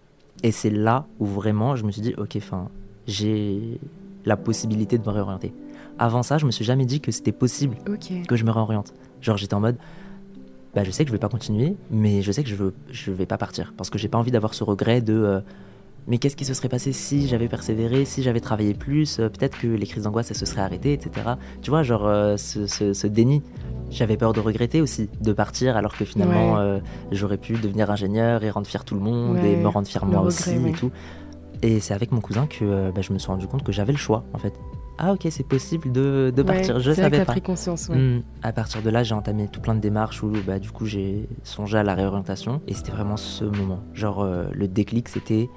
S2: Et c'est là où vraiment, je me suis dit, ok, enfin, j'ai la possibilité de me réorienter. Avant ça, je me suis jamais dit que c'était possible
S1: okay.
S2: que je me réoriente. Genre, j'étais en mode, bah, je sais que je vais pas continuer, mais je sais que je veux, je vais pas partir. Parce que j'ai pas envie d'avoir ce regret de... Euh, mais qu'est-ce qui se serait passé si j'avais persévéré, si j'avais travaillé plus, euh, peut-être que les crises d'angoisse, elles se seraient arrêtées, et cetera. Tu vois, genre, euh, ce, ce, ce déni. J'avais peur de regretter aussi, de partir, alors que finalement, ouais. euh, j'aurais pu devenir ingénieur et rendre fier tout le monde, ouais, et me rendre fier moi regret, aussi, ouais. et tout. Et c'est avec mon cousin que euh, bah, je me suis rendu compte que j'avais le choix, en fait. Ah ok, c'est possible de, de partir,
S1: ouais,
S2: je
S1: c'est
S2: savais
S1: vrai que
S2: pas.
S1: T'as pris conscience, ouais.
S2: Mmh. À partir de là, j'ai entamé tout plein de démarches où bah, du coup, j'ai songé à la réorientation. Et c'était vraiment ce moment. Genre, euh, le déclic, c'était...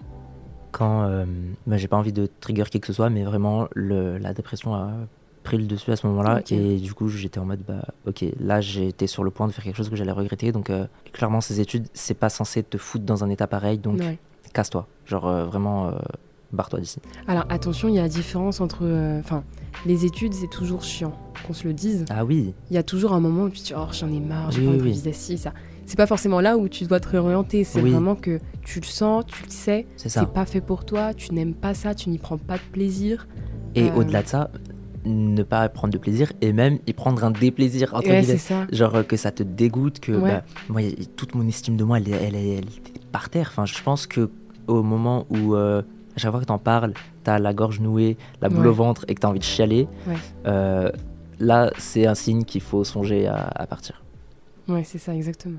S2: quand euh, bah, j'ai pas envie de trigger qui que ce soit, mais vraiment le, la dépression a pris le dessus à ce moment-là, okay. Et du coup j'étais en mode bah ok, là j'étais sur le point de faire quelque chose que j'allais regretter, donc euh, clairement ces études c'est pas censé te foutre dans un état pareil, donc ouais. casse-toi, genre euh, vraiment euh, barre-toi d'ici.
S1: Alors attention, il y a la différence entre enfin euh, les études c'est toujours chiant qu'on se le dise.
S2: Ah oui.
S1: Il y a toujours un moment où tu te dis oh j'en ai marre, j'ai
S2: oui,
S1: pas envie
S2: oui.
S1: de réviser ça. C'est pas forcément là où tu dois te réorienter, c'est oui. vraiment que tu le sens, tu le sais, c'est, c'est pas fait pour toi, tu n'aimes pas ça, tu n'y prends pas de plaisir.
S2: Et
S1: euh...
S2: au-delà de ça, ne pas prendre de plaisir et même y prendre un déplaisir, entre
S1: ouais,
S2: guillemets.
S1: C'est ça.
S2: Genre que ça te dégoûte, que
S1: ouais.
S2: bah, moi, toute mon estime de moi, elle, elle, elle, elle était par terre. Enfin, je pense qu'au moment où, euh, à chaque fois que t'en parles, t'as la gorge nouée, la boule ouais. au ventre et que t'as envie de chialer,
S1: ouais.
S2: euh, là, c'est un signe qu'il faut songer à, à partir.
S1: Ouais, c'est ça, exactement.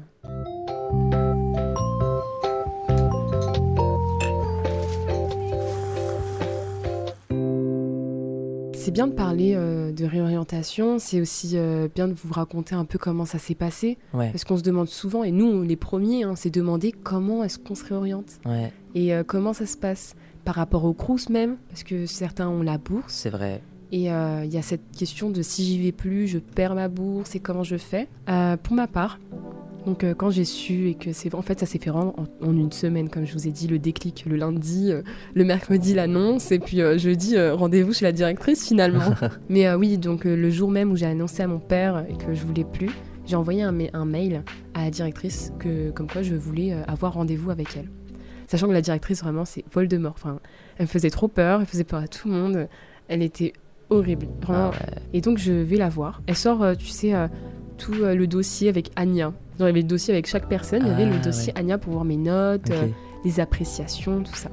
S1: C'est bien de parler euh, de réorientation, c'est aussi euh, bien de vous raconter un peu comment ça s'est passé.
S2: Ouais.
S1: Parce qu'on se demande souvent, et nous, les premiers, hein, c'est demander comment est-ce qu'on se réoriente.
S2: Ouais.
S1: Et euh, comment ça se passe. par rapport au Crous même, parce que certains ont la bourse.
S2: C'est vrai.
S1: Et il euh, y a cette question de si j'y vais plus, je perds ma bourse et comment je fais. Euh, pour ma part, donc euh, quand j'ai su et que c'est en fait ça s'est fait vraiment en, en une semaine, comme je vous ai dit, le déclic le lundi, euh, le mercredi l'annonce et puis euh, jeudi euh, rendez-vous chez la directrice finalement. Mais euh, oui, donc euh, le jour même où j'ai annoncé à mon père et que je voulais plus, j'ai envoyé un, ma- un mail à la directrice que comme quoi je voulais euh, avoir rendez-vous avec elle. Sachant que la directrice vraiment c'est Voldemort. Enfin, elle me faisait trop peur, elle faisait peur à tout le monde. Elle était horrible, vraiment.
S2: Ah ouais.
S1: Et donc je vais la voir. Elle sort, euh, tu sais, euh, tout euh, le dossier avec Anya. Il y avait le dossier avec chaque personne, il y avait
S2: Ah,
S1: le dossier
S2: ouais.
S1: Anya pour voir mes notes,
S2: Ok.
S1: euh, les appréciations, tout ça.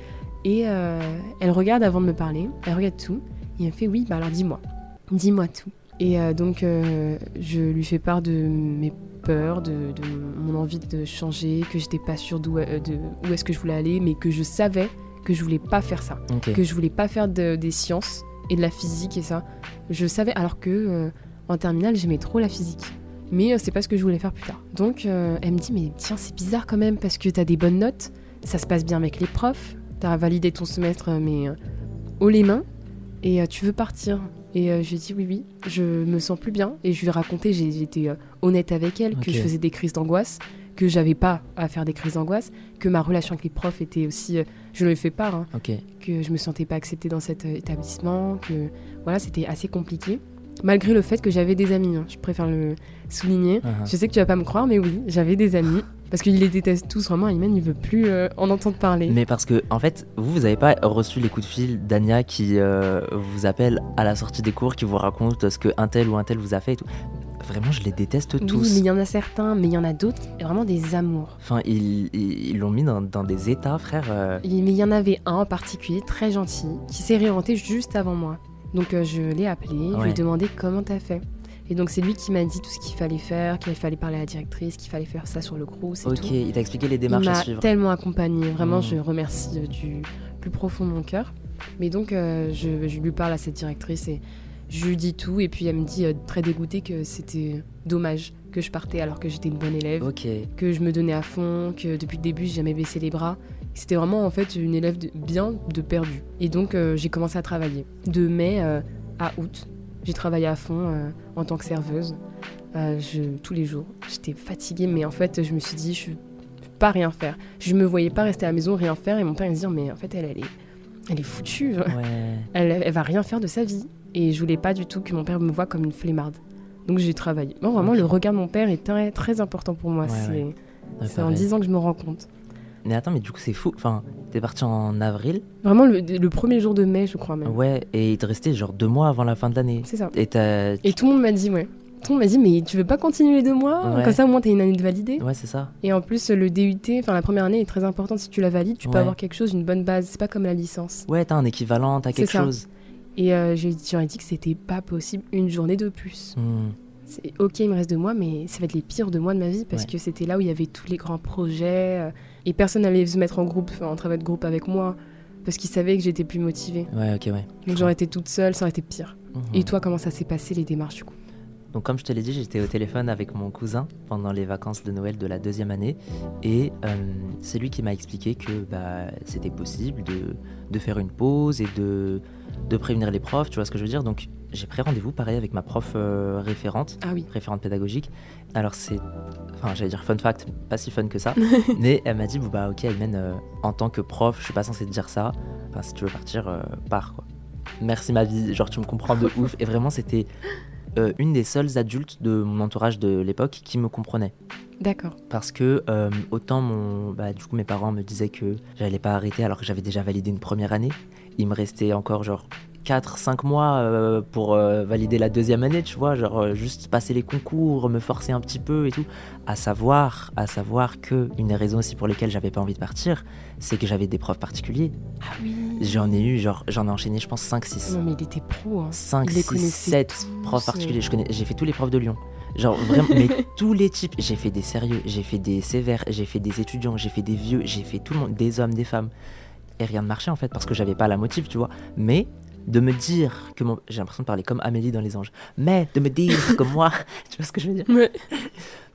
S1: Et euh, elle regarde avant de me parler, elle regarde tout, et elle me fait oui, bah alors dis-moi, dis-moi tout. Et euh, donc euh, je lui fais part de mes peurs, de, de mon envie de changer, que j'étais pas sûre d'où euh, de, où est-ce que je voulais aller, mais que je savais que je voulais pas faire ça,
S2: Ok.
S1: que je voulais pas faire de- des sciences et de la physique et ça. Je savais, alors que euh, en terminale j'aimais trop la physique. Mais euh, c'est pas ce que je voulais faire plus tard. Donc euh, elle me dit mais tiens c'est bizarre quand même parce que t'as des bonnes notes, ça se passe bien avec les profs, t'as validé ton semestre mais euh, haut les mains et euh, tu veux partir. Et euh, je lui ai dit oui oui, je me sens plus bien et je lui ai raconté, j'ai j'ai été euh, honnête avec elle,
S2: Ok.
S1: que je faisais des crises d'angoisse, que j'avais pas à faire des crises d'angoisse, que ma relation avec les profs était aussi, euh, je lui ai fait part, hein,
S2: Ok.
S1: que je me sentais pas acceptée dans cet euh, établissement, que voilà c'était assez compliqué. Malgré le fait que j'avais des amis, hein, je préfère le souligner.
S2: Uh-huh.
S1: Je sais que tu vas pas me croire, mais oui, j'avais des amis. Parce qu'ils les détestent tous, vraiment, Ayman, il veut plus euh, en entendre parler.
S2: Mais parce que, en fait, vous, vous avez pas reçu les coups de fil d'Anya qui euh, vous appelle à la sortie des cours, qui vous raconte ce que un tel ou un tel vous a fait et tout. Vraiment, je les déteste
S1: Oui,
S2: tous.
S1: mais il y en a certains, mais il y en a d'autres, vraiment des amours.
S2: Enfin, ils ils ils l'ont mis dans, dans des états, frère. euh.
S1: Et- Mais il y en avait un en particulier, très gentil, qui s'est réorienté juste avant moi. Donc euh, je l'ai appelé, je lui
S2: Ouais.
S1: ai demandé comment t'as fait. Et donc c'est lui qui m'a dit tout ce qu'il fallait faire, qu'il fallait parler à la directrice, qu'il fallait faire ça sur le Crous et
S2: Ok,
S1: tout.
S2: il t'a expliqué les
S1: Il
S2: démarches à
S1: m'a
S2: suivre.
S1: tellement accompagnée, vraiment
S2: Mm.
S1: je remercie euh, du plus profond de mon cœur. Mais donc euh, je, je lui parle à cette directrice et je lui dis tout et puis elle me dit euh, très dégoûtée que c'était dommage que je partais alors que j'étais une bonne élève,
S2: Ok.
S1: que je me donnais à fond, que depuis le début j'ai jamais baissé les bras. C'était vraiment en fait une élève de, bien de perdue. Et donc euh, j'ai commencé à travailler. De mai euh, à août, j'ai travaillé à fond euh, en tant que serveuse. Euh, je, tous les jours. J'étais fatiguée, mais en fait, je me suis dit, je ne peux pas rien faire. Je me voyais pas rester à la maison, rien faire, et mon père me dit, mais en fait, elle, elle est, elle est foutue.
S2: Ouais.
S1: Elle, elle va rien faire de sa vie. Et je voulais pas du tout que mon père me voie comme une flemmarde. Donc j'ai travaillé. Bon, vraiment,
S2: Ok.
S1: le regard de mon père est très, très important pour moi.
S2: Ouais,
S1: c'est
S2: ouais. Ouais,
S1: c'est en
S2: pareil.
S1: dix ans que je me rends compte.
S2: Mais attends, mais du coup, c'est fou. Enfin, t'es parti en avril.
S1: Vraiment, le, le premier jour de mai, je crois même.
S2: Ouais, et il te restait genre deux mois avant la fin de l'année.
S1: C'est ça.
S2: Et t'as.
S1: Et tout le monde m'a dit, ouais. Tout le monde m'a dit, mais tu veux pas continuer les deux mois?
S2: Ouais.
S1: Comme ça, au moins, t'as une année de validée.
S2: Ouais, c'est ça.
S1: Et en plus, le D U T, enfin la première année est très importante. Si tu la valides, tu peux
S2: Ouais.
S1: avoir quelque chose, une bonne base. C'est pas comme la licence.
S2: Ouais, t'as un équivalent, t'as
S1: C'est
S2: quelque
S1: ça.
S2: chose.
S1: Et euh, j'ai- j'aurais dit que c'était pas possible une journée de plus.
S2: Hmm.
S1: C'est ok, il me reste deux mois, mais ça va être les pires deux mois de ma vie parce
S2: Ouais.
S1: que c'était là où il y avait tous les grands projets euh, et personne n'allait se mettre en groupe, enfin, en travail de groupe avec moi parce qu'ils savaient que j'étais plus motivée.
S2: Ouais, ok, ouais.
S1: Donc j'aurais été toute seule, ça aurait été pire.
S2: Mhm.
S1: Et toi, comment ça s'est passé les démarches du coup?
S2: Donc comme je te l'ai dit, j'étais au téléphone avec mon cousin pendant les vacances de Noël de la deuxième année et euh, c'est lui qui m'a expliqué que bah, c'était possible de, de faire une pause et de, de prévenir les profs, tu vois ce que je veux dire. Donc j'ai pris rendez-vous pareil avec ma prof euh, référente,
S1: Ah oui.
S2: référente pédagogique. Alors c'est, enfin j'allais dire fun fact, pas si fun que ça, mais elle m'a dit bon, bah ok Ayman, euh, en tant que prof, je suis pas censée te dire ça, enfin si tu veux partir, euh, pars quoi. Merci ma vie, genre tu me comprends de ouf et vraiment c'était... Euh, une des seules adultes de mon entourage de l'époque qui me comprenait.
S1: D'accord.
S2: Parce que euh, autant mon, bah, du coup mes parents me disaient que j'allais pas arrêter alors que j'avais déjà validé une première année. Il me restait encore genre quatre cinq mois euh, pour euh, valider la deuxième année, tu vois, genre euh, juste passer les concours, me forcer un petit peu et tout. À savoir, à savoir que une des raisons aussi pour lesquelles j'avais pas envie de partir, c'est que j'avais des profs particuliers.
S1: Ah oui.
S2: J'en ai eu, genre j'en ai enchaîné je pense cinq six.
S1: Non mais il était pro. Hein.
S2: cinq,
S1: Il les
S2: six,
S1: connaissait
S2: sept
S1: tous,
S2: profs particuliers.
S1: euh.
S2: Je connais, j'ai fait tous les profs de Lyon. Genre vraiment, mais tous les types. J'ai fait des sérieux, j'ai fait des sévères, j'ai fait des étudiants, j'ai fait des vieux, j'ai fait tout le monde, des hommes, des femmes. Et rien ne marchait en fait parce que j'avais pas la motive, tu vois. Mais de me dire que mon... J'ai l'impression de parler comme Amélie dans Les Anges. Mais de me dire que moi, tu vois ce que je veux dire?
S1: Ouais.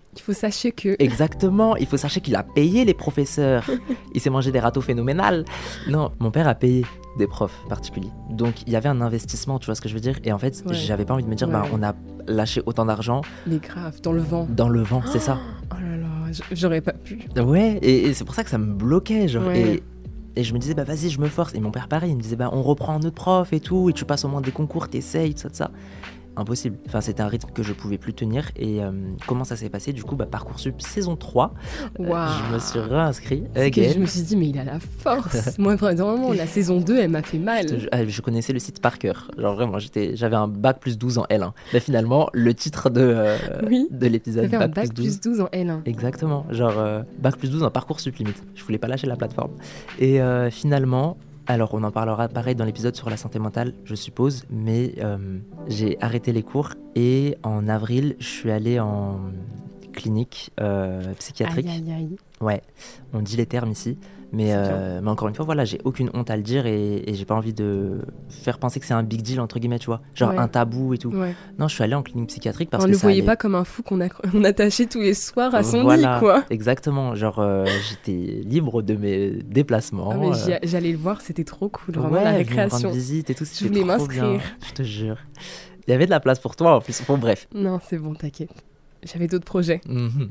S1: Il faut sachez que...
S2: Exactement, il faut sachez qu'il a payé les professeurs. Il s'est mangé des râteaux phénoménales. Non, mon père a payé des profs particuliers. Donc il y avait un investissement, tu vois ce que je veux dire. Et en fait, ouais. j'avais pas envie de me dire, ouais. bah on a lâché autant d'argent.
S1: Mais grave, dans le vent.
S2: Dans le vent, c'est ça.
S1: Oh là là, j'aurais pas pu.
S2: Ouais, et, et c'est pour ça que ça me bloquait, genre.
S1: Ouais.
S2: Et, et je me disais, bah vas-y, je me force. Et mon père, pareil, il me disait, bah on reprend un autre prof et tout, et tu passes au moins des concours, t'essayes, tout ça, tout ça. Impossible. Enfin, c'était un rythme que je pouvais plus tenir. Et euh, comment ça s'est passé? Du coup, bah, Parcoursup saison trois.
S1: Wow.
S2: Euh, je me suis réinscrit.
S1: C'est que je me suis dit, mais il a la force. Moi, vraiment, la saison deux, elle m'a fait mal.
S2: Je, je connaissais le site par cœur. Genre, vraiment, j'étais, j'avais un bac plus douze en L un. Mais finalement, le titre de, euh,
S1: oui,
S2: de l'épisode.
S1: T'avais un bac plus douze en L un.
S2: Exactement. Genre, euh, bac plus douze en Parcoursup limite. Je voulais pas lâcher la plateforme. Et euh, finalement. Alors, on en parlera pareil dans l'épisode sur la santé mentale, je suppose, mais euh, j'ai arrêté les cours et en avril, je suis allé en clinique euh, psychiatrique.
S1: Aïe, aïe, aïe.
S2: Ouais, on dit les termes ici, mais, euh, mais encore une fois, voilà, j'ai aucune honte à le dire et, et j'ai pas envie de faire penser que c'est un big deal, entre guillemets, tu vois, genre ouais. un tabou et tout. Ouais. Non, je suis allé en clinique psychiatrique parce
S1: on
S2: que
S1: ne
S2: ça
S1: voyait
S2: allait...
S1: pas comme un fou qu'on, a... on attachait tous les soirs à son
S2: voilà,
S1: lit, quoi.
S2: Exactement, genre euh, j'étais libre de mes déplacements.
S1: Ah, mais
S2: euh...
S1: j'allais le voir, c'était trop cool, vraiment,
S2: ouais,
S1: la récréation.
S2: Rendre visite et tout,
S1: je voulais m'inscrire.
S2: Bien, je te jure. Il y avait de la place pour toi en plus, bon bref.
S1: Non, c'est bon, t'inquiète. J'avais d'autres projets.
S2: Mm-hmm.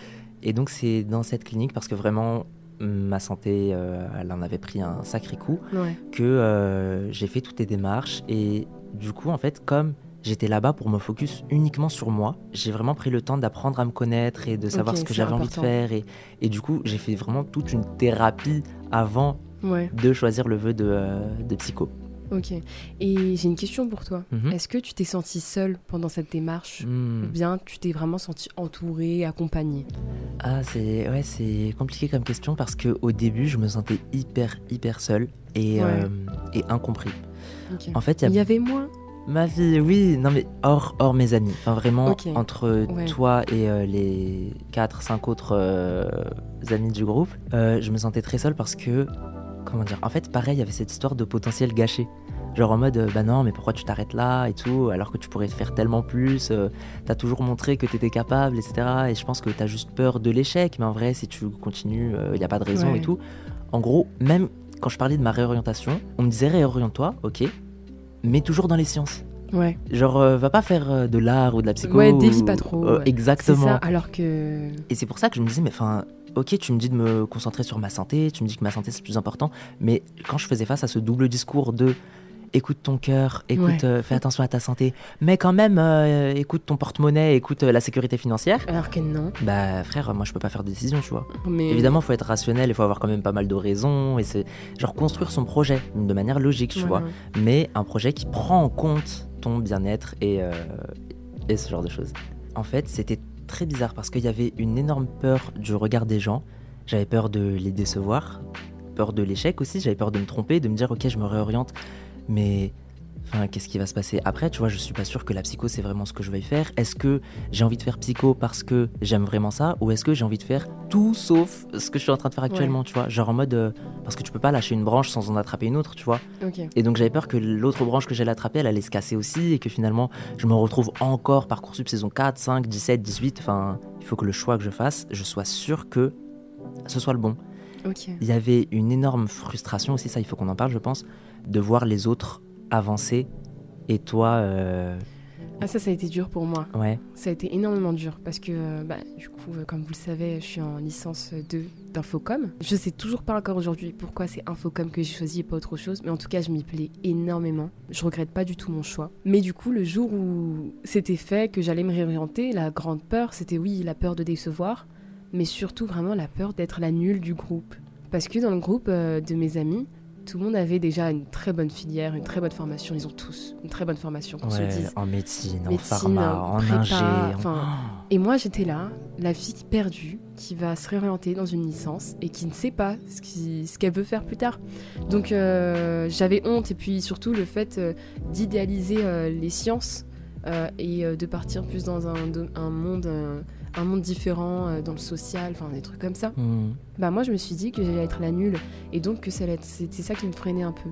S2: Et donc c'est dans cette clinique, parce que vraiment ma santé, euh, elle en avait pris un sacré coup,
S1: ouais.
S2: que euh, j'ai fait toutes les démarches. Et du coup, en fait, comme j'étais là-bas pour me focus uniquement sur moi, j'ai vraiment pris le temps d'apprendre à me connaître et de savoir okay, ce que j'avais important. envie de faire. Et, et du coup, j'ai fait vraiment toute une thérapie avant
S1: ouais.
S2: de choisir le vœu de, euh, de psycho.
S1: Ok. Et j'ai une question pour toi.
S2: Mm-hmm.
S1: Est-ce que tu t'es sentie seule pendant cette démarche
S2: mm.
S1: ou bien tu t'es vraiment sentie entourée, accompagnée?
S2: Ah, c'est, ouais, c'est compliqué comme question parce qu'au début, je me sentais hyper, hyper seule et,
S1: ouais.
S2: euh, et incompris.
S1: Okay.
S2: En fait, y a...
S1: il y avait moi
S2: Ma vie, oui, non mais hors, hors mes amis. Enfin, vraiment,
S1: okay.
S2: entre
S1: ouais.
S2: toi et euh, les quatre cinq autres euh, amis du groupe, euh, je me sentais très seule parce que, comment dire, en fait, pareil, il y avait cette histoire de potentiel gâché. Genre en mode, euh, bah non, mais pourquoi tu t'arrêtes là et tout, alors que tu pourrais faire tellement plus, euh, t'as toujours montré que t'étais capable, et cetera. Et je pense que t'as juste peur de l'échec, mais en vrai, si tu continues, il euh, n'y a pas de raison
S1: ouais.
S2: et tout. En gros, même quand je parlais de ma réorientation, on me disait réoriente-toi, ok, mais toujours dans les sciences.
S1: Ouais.
S2: Genre, euh, va pas faire euh, de l'art ou de la psycho.
S1: Ouais, dévie pas trop.
S2: Euh,
S1: ouais.
S2: Exactement.
S1: C'est ça, alors que...
S2: Et c'est pour ça que je me disais, mais enfin, ok, tu me dis de me concentrer sur ma santé, tu me dis que ma santé c'est le plus important, mais quand je faisais face à ce double discours de écoute ton cœur, écoute,
S1: ouais.
S2: euh, fais attention à ta santé, mais quand même, euh, écoute ton porte-monnaie, écoute euh, la sécurité financière.
S1: Alors que non.
S2: Bah frère, moi je peux pas faire de décision, tu vois.
S1: Mais...
S2: Évidemment, faut être rationnel, il faut avoir quand même pas mal de raisons, et c'est genre construire son projet de manière logique, tu
S1: ouais,
S2: vois.
S1: Ouais.
S2: Mais un projet qui prend en compte ton bien-être et, euh, et ce genre de choses. En fait, c'était très bizarre parce qu'il y avait une énorme peur du regard des gens. J'avais peur de les décevoir, peur de l'échec aussi, j'avais peur de me tromper, de me dire ok, je me réoriente. Mais enfin, qu'est-ce qui va se passer après? Tu vois, je suis pas sûr que la psycho c'est vraiment ce que je vais faire. Est-ce que j'ai envie de faire psycho parce que j'aime vraiment ça, ou est-ce que j'ai envie de faire tout sauf ce que je suis en train de faire actuellement, ouais. tu vois, genre en mode euh, parce que tu peux pas lâcher une branche sans en attraper une autre, tu vois.
S1: Okay.
S2: Et donc j'avais peur que l'autre branche que j'allais attraper, elle allait se casser aussi et que finalement je me retrouve encore Parcoursup saison quatre, cinq, dix-sept, dix-huit. Enfin, il faut que le choix que je fasse, je sois sûr que ce soit le bon.
S1: Okay.
S2: Il y avait une énorme frustration aussi, ça il faut qu'on en parle, je pense, de voir les autres avancer et toi... Euh...
S1: Ah ça, ça a été dur pour moi.
S2: Ouais.
S1: Ça a été énormément dur parce que, bah, du coup, comme vous le savez, je suis en licence deux d'infocom. Je sais toujours pas encore aujourd'hui pourquoi c'est infocom que j'ai choisi et pas autre chose, mais en tout cas, je m'y plais énormément. Je regrette pas du tout mon choix. Mais du coup, le jour où c'était fait, que j'allais me réorienter, la grande peur, c'était oui, la peur de décevoir, mais surtout vraiment la peur d'être la nulle du groupe. Parce que dans le groupe euh, de mes amis, tout le monde avait déjà une très bonne filière, une très bonne formation. Ils ont tous une très bonne formation, qu'on
S2: ouais,
S1: se le dise.
S2: En médecine,
S1: médecine,
S2: en pharma, en
S1: prépa,
S2: ingé.
S1: En... Oh. Et moi, j'étais là, la fille perdue, qui va se réorienter dans une licence et qui ne sait pas ce, qui, ce qu'elle veut faire plus tard. Donc, euh, j'avais honte. Et puis, surtout, le fait euh, d'idéaliser euh, les sciences euh, et euh, de partir plus dans un, un monde... Euh, un monde différent euh, dans le social, enfin des trucs comme ça.
S2: Mmh.
S1: Bah moi je me suis dit que j'allais être la nulle et donc que ça allait être, c'était ça qui me freinait un peu.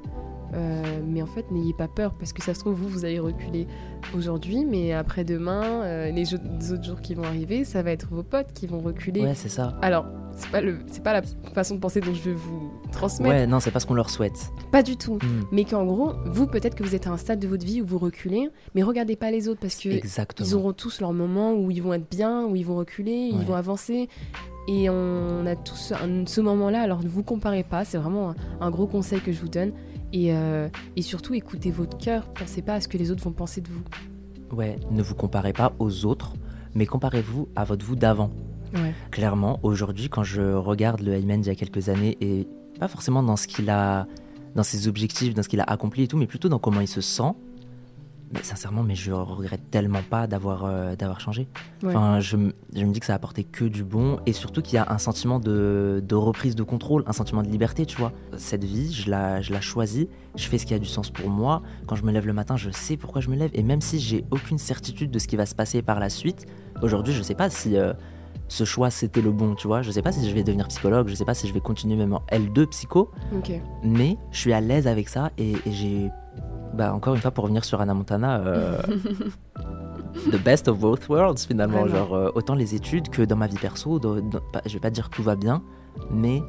S1: Euh, mais en fait, n'ayez pas peur, parce que ça se trouve, vous, vous allez reculer aujourd'hui, mais après-demain, euh, les, jeux, les autres jours qui vont arriver, ça va être vos potes qui vont reculer.
S2: Ouais, c'est ça.
S1: Alors, c'est pas, le, c'est pas la façon de penser dont je vais vous transmettre.
S2: Ouais, non, c'est pas ce qu'on leur souhaite.
S1: Pas du tout.
S2: Mm.
S1: Mais qu'en gros, vous, peut-être que vous êtes à un stade de votre vie où vous reculez, mais regardez pas les autres, parce que
S2: Exactement.
S1: ils auront tous leur moment où ils vont être bien, où ils vont reculer,
S2: Ouais.
S1: ils vont avancer. Et on a tous un, ce moment-là, alors ne vous comparez pas, c'est vraiment un, un gros conseil que je vous donne. Et, euh, et surtout, écoutez votre cœur, pensez pas à ce que les autres vont penser de vous.
S2: Ouais, ne vous comparez pas aux autres, mais comparez-vous à votre vous d'avant.
S1: Ouais.
S2: Clairement, aujourd'hui, quand je regarde le Ayman d'il y a quelques années, et pas forcément dans ce qu'il a, dans ses objectifs, dans ce qu'il a accompli et tout, mais plutôt dans comment il se sent, mais sincèrement, mais je regrette tellement pas d'avoir, euh, d'avoir changé.
S1: Ouais.
S2: Enfin, je, m- je me dis que ça a apporté que du bon, et surtout qu'il y a un sentiment de, de reprise de contrôle, un sentiment de liberté, tu vois. Cette vie, je la, je la choisis, je fais ce qui a du sens pour moi. Quand je me lève le matin, je sais pourquoi je me lève, et même si j'ai aucune certitude de ce qui va se passer par la suite, aujourd'hui, je sais pas si euh, ce choix c'était le bon, tu vois. Je sais pas si je vais devenir psychologue, je sais pas si je vais continuer même en L deux psycho,
S1: Ok.
S2: mais je suis à l'aise avec ça, et, et j'ai... Bah, encore une fois, pour revenir sur Hannah Montana, euh, the best of both worlds finalement.
S1: Vraiment.
S2: Genre, euh, autant les études que dans ma vie perso, dans- dans- pas- je vais pas dire que tout va bien, mais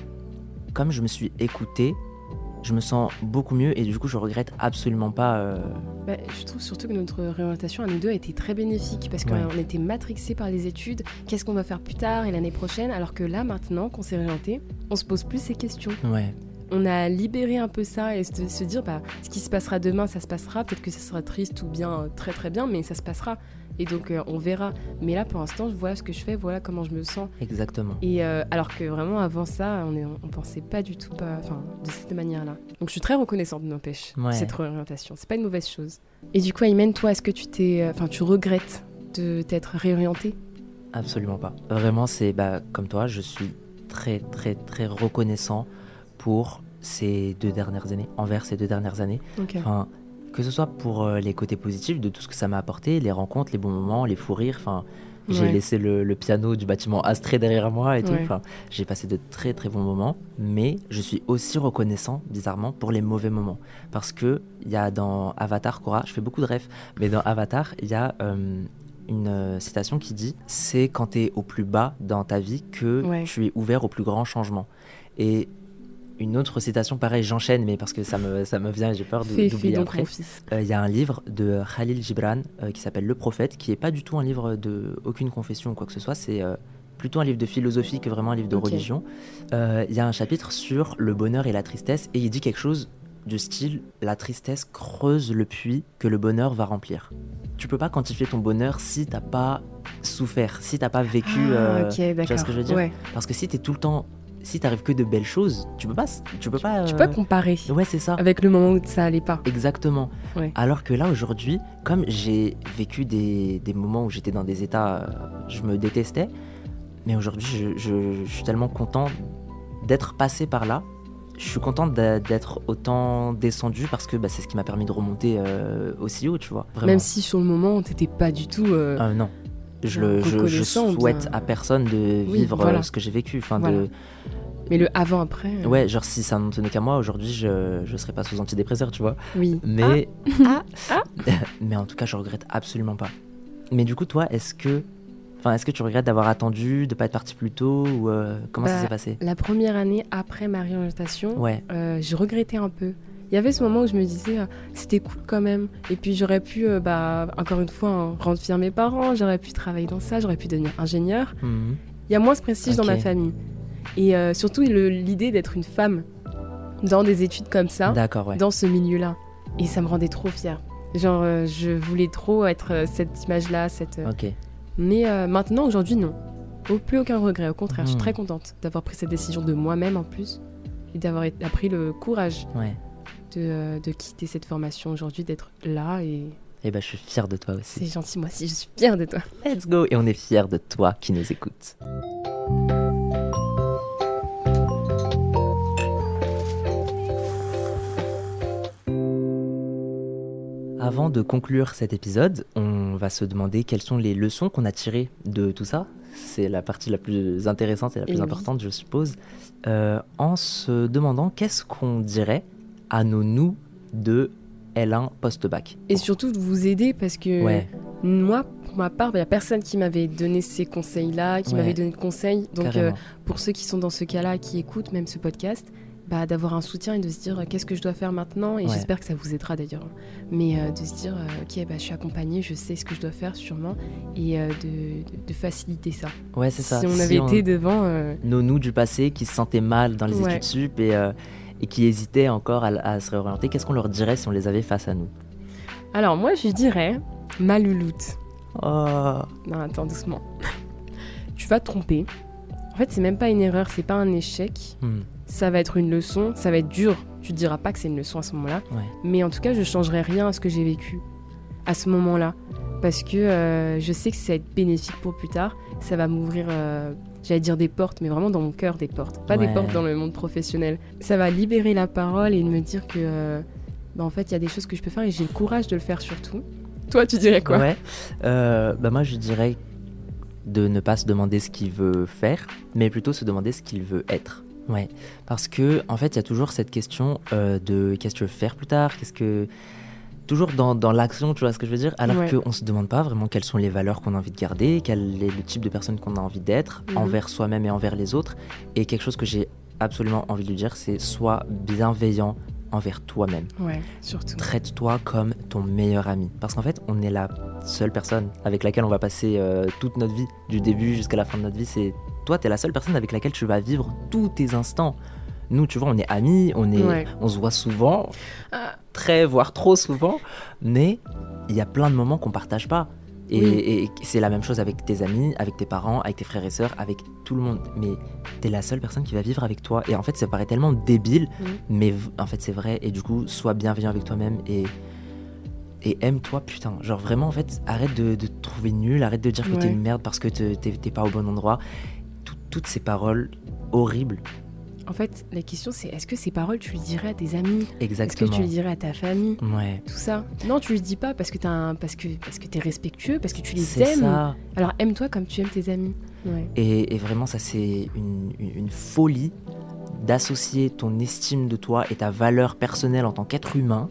S2: comme je me suis écouté, je me sens beaucoup mieux, et du coup, je regrette absolument pas. euh,
S1: Bah, je trouve surtout que notre réorientation à nous deux a été très bénéfique parce qu'on
S2: Ouais.
S1: était matrixés par les études, qu'est-ce qu'on va faire plus tard et l'année prochaine, alors que là, maintenant qu'on s'est réorienté, on se pose plus ces questions.
S2: Ouais,
S1: On a libéré un peu ça et se, se dire, bah, ce qui se passera demain, ça se passera. Peut-être que ça sera triste ou bien euh, très très bien, mais ça se passera. Et donc, euh, on verra. Mais là, pour l'instant, voilà ce que je fais, voilà comment je me sens.
S2: exactement.
S1: Et euh, alors que vraiment, avant ça, on, est, on pensait pas du tout pas, enfin, de cette manière-là. Donc, je suis très reconnaissante, n'empêche,
S2: Ouais.
S1: de cette réorientation. C'est pas une mauvaise chose. Et du coup, Aymen, toi, est-ce que tu t'es, enfin, tu regrettes de t'être réorientée?
S2: Absolument pas. Vraiment, c'est bah, comme toi, je suis très, très, très reconnaissant pour ces deux dernières années, envers ces deux dernières années.
S1: Ok.
S2: Enfin, que ce soit pour euh, les côtés positifs de tout ce que ça m'a apporté, les rencontres, les bons moments, les fous rires. Enfin, j'ai
S1: Ouais.
S2: laissé le, le piano du bâtiment Astrée derrière moi et tout.
S1: Ouais.
S2: Enfin, j'ai passé de très très bons moments, mais je suis aussi reconnaissant, bizarrement, pour les mauvais moments. Parce que il y a dans Avatar, Korra, je fais beaucoup de rêves, mais dans Avatar, il y a euh, une euh, citation qui dit « C'est quand tu es au plus bas dans ta vie que
S1: Ouais.
S2: tu es ouvert au plus grand changement ». Et une autre citation, pareil, j'enchaîne, mais parce que ça me, ça me vient et j'ai peur de-
S1: Fais, fais
S2: d'oublier
S1: donc,
S2: après.
S1: mon fils.
S2: Euh, Il y a un livre de Khalil Gibran euh, qui s'appelle Le Prophète, qui est pas du tout un livre de aucune confession ou quoi que ce soit, c'est euh, plutôt un livre de philosophie que vraiment un livre de
S1: Ok.
S2: religion. Euh, Il y a un chapitre sur le bonheur et la tristesse, et il dit quelque chose du style « La tristesse creuse le puits que le bonheur va remplir ». Tu peux pas quantifier ton bonheur si t'as pas souffert, si t'as pas vécu...
S1: Ah,
S2: euh,
S1: ok, d'accord.
S2: tu vois ce que je veux dire?
S1: Ouais.
S2: Parce que si t'es tout le temps... Si t'arrives que de belles choses, tu peux pas... Tu peux pas,
S1: Tu
S2: euh,
S1: peux pas comparer
S2: Ouais, c'est ça.
S1: avec le moment où ça allait pas.
S2: Exactement.
S1: Ouais.
S2: Alors que là, aujourd'hui, comme j'ai vécu des, des moments où j'étais dans des états, euh, je me détestais, mais aujourd'hui, je, je- je suis tellement content d'être passé par là. Je suis content d'a- d'être autant descendu parce que bah, c'est ce qui m'a permis de remonter euh, aussi haut, tu vois. Vraiment.
S1: Même si sur le moment, t'étais pas du tout. euh,
S2: Euh, non. Je,
S1: bien
S2: le- je, je
S1: reconnaissant,
S2: souhaite
S1: bien-
S2: à personne de
S1: Oui,
S2: vivre
S1: voilà.
S2: euh, ce que j'ai vécu. Enfin,
S1: Voilà.
S2: de...
S1: Mais le avant-après. euh,
S2: Ouais, genre si ça n'en tenait qu'à moi, aujourd'hui, je ne serais pas sous antidépresseur, tu vois.
S1: Oui.
S2: Mais,
S1: Ah, ah.
S2: mais en tout cas, je regrette absolument pas. Mais du coup, toi, est-ce que, enfin, est-ce que tu regrettes d'avoir attendu, de pas être parti plus tôt, ou euh, comment ça
S1: Bah,
S2: s'est passé?
S1: La première année après ma réorientation,
S2: Ouais,
S1: euh, je regrettais un peu. Il y avait ce moment où je me disais, euh, c'était cool quand même. Et puis j'aurais pu, euh, bah, encore une fois, hein, rendre fiers mes parents, j'aurais pu travailler dans ça, j'aurais pu devenir ingénieur.
S2: Mhm.
S1: Il y a moins ce prestige dans
S2: Ok.
S1: ma famille. Et euh, surtout le- l'idée d'être une femme dans des études comme ça,
S2: D'accord, ouais.
S1: dans ce milieu-là. Et ça me rendait trop fière. Genre, euh, je voulais trop être euh, cette image-là. Cette, euh,
S2: Ok,
S1: Mais euh, maintenant, aujourd'hui, non. Au plus aucun regret. Au contraire, je suis
S2: Hmm.
S1: très contente d'avoir pris cette décision de moi-même en plus. Et d'avoir été- appris le courage
S2: ouais.
S1: de, euh, de quitter cette formation aujourd'hui, d'être là. Et
S2: Et ben, je suis fier de toi aussi.
S1: c'est gentil, moi aussi, je suis fière de toi.
S2: Let's go. Et on est fier de toi qui nous écoutes. Avant de conclure cet épisode, on va se demander quelles sont les leçons qu'on a tirées de tout ça. C'est la partie la plus intéressante et la plus
S1: Et oui.
S2: importante, je suppose. Euh, en se demandant qu'est-ce qu'on dirait à nos nous de L un post-bac.
S1: Et surtout de vous aider parce que
S2: Ouais.
S1: moi, pour ma part, il n'y a personne qui m'avait donné ces conseils-là, qui
S2: Ouais.
S1: m'avait donné de conseils. Donc,
S2: Carrément.
S1: euh, pour ceux qui sont dans ce cas-là, qui écoutent même ce podcast, bah, d'avoir un soutien et de se dire euh, qu'est-ce que je dois faire maintenant. Et
S2: Ouais.
S1: j'espère que ça vous aidera d'ailleurs. Mais euh, de se dire, euh, ok, bah, je suis accompagnée, je sais ce que je dois faire sûrement. Et euh, de, de, de faciliter ça.
S2: Ouais, c'est ça.
S1: Si on avait
S2: on-
S1: été devant... euh,
S2: Nos nous du passé qui se sentaient mal dans les
S1: Ouais.
S2: études sup et, euh, et qui hésitaient encore à, à se réorienter, qu'est-ce qu'on leur dirait si on les avait face à nous?
S1: Alors moi, je dirais, ma louloute.
S2: Oh.
S1: Non, attends, doucement. Tu vas te tromper. En fait, c'est même pas une erreur, c'est pas un échec.
S2: Hmm.
S1: Ça va être une leçon, ça va être dur. Tu te diras pas que c'est une leçon à ce moment-là.
S2: Ouais.
S1: Mais en tout cas, je changerai rien à ce que j'ai vécu à ce moment-là. Parce que euh, je sais que ça va être bénéfique pour plus tard. Ça va m'ouvrir, euh, j'allais dire des portes, mais vraiment dans mon cœur des portes. Pas
S2: Ouais.
S1: des portes dans le monde professionnel. Ça va libérer la parole et me dire que, euh, bah, en fait, il y a des choses que je peux faire et j'ai le courage de le faire surtout. Toi, tu dirais quoi?
S2: Ouais. Euh, bah moi, je dirais de ne pas se demander ce qu'il veut faire, mais plutôt se demander ce qu'il veut être. Ouais. Parce que, en fait, il y a toujours cette question euh, de qu'est-ce que tu veux faire plus tard, qu'est-ce que. Toujours dans, dans l'action, tu vois ce que je veux dire? Alors
S1: Ouais.
S2: qu'on ne se demande pas vraiment quelles sont les valeurs qu'on a envie de garder, quel est le type de personne qu'on a envie d'être
S1: Mhm.
S2: envers soi-même et envers les autres. Et quelque chose que j'ai absolument envie de lui dire, c'est sois bienveillant envers toi-même.
S1: Ouais, surtout.
S2: Traite-toi comme ton meilleur ami. Parce qu'en fait, on est la seule personne avec laquelle on va passer euh, toute notre vie, du début jusqu'à la fin de notre vie. C'est toi, t'es la seule personne avec laquelle tu vas vivre tous tes instants. Nous, tu vois, on est amis, on, est,
S1: Ouais.
S2: on se voit souvent,
S1: Ah.
S2: très, voire trop souvent, mais il y a plein de moments qu'on partage pas. Et,
S1: Oui.
S2: et c'est la même chose avec tes amis, avec tes parents, avec tes frères et sœurs, avec tout le monde. Mais t'es la seule personne qui va vivre avec toi. Et en fait, ça paraît tellement débile,
S1: Mhm.
S2: mais v- en fait, c'est vrai. Et du coup, sois bienveillant avec toi-même et, et aime-toi, putain. Genre vraiment, en fait, arrête de, de te trouver nul, arrête de dire que t'es
S1: Ouais.
S2: une merde parce que te- t'es t'es pas au bon endroit. Tout- toutes ces paroles horribles.
S1: En fait, la question c'est est-ce que ces paroles tu les dirais à tes amis? Est-ce que
S2: Exactement.
S1: tu les dirais à ta famille?
S2: Ouais.
S1: Tout ça. Non, tu les dis pas parce que t'as un... parce que parce que t'es respectueux, parce que tu les
S2: C'est
S1: aimes.
S2: ça.
S1: Alors aime-toi comme tu aimes tes amis. Ouais.
S2: Et, et vraiment, ça, c'est une, une- une folie d'associer ton estime de toi et ta valeur personnelle en tant qu'être humain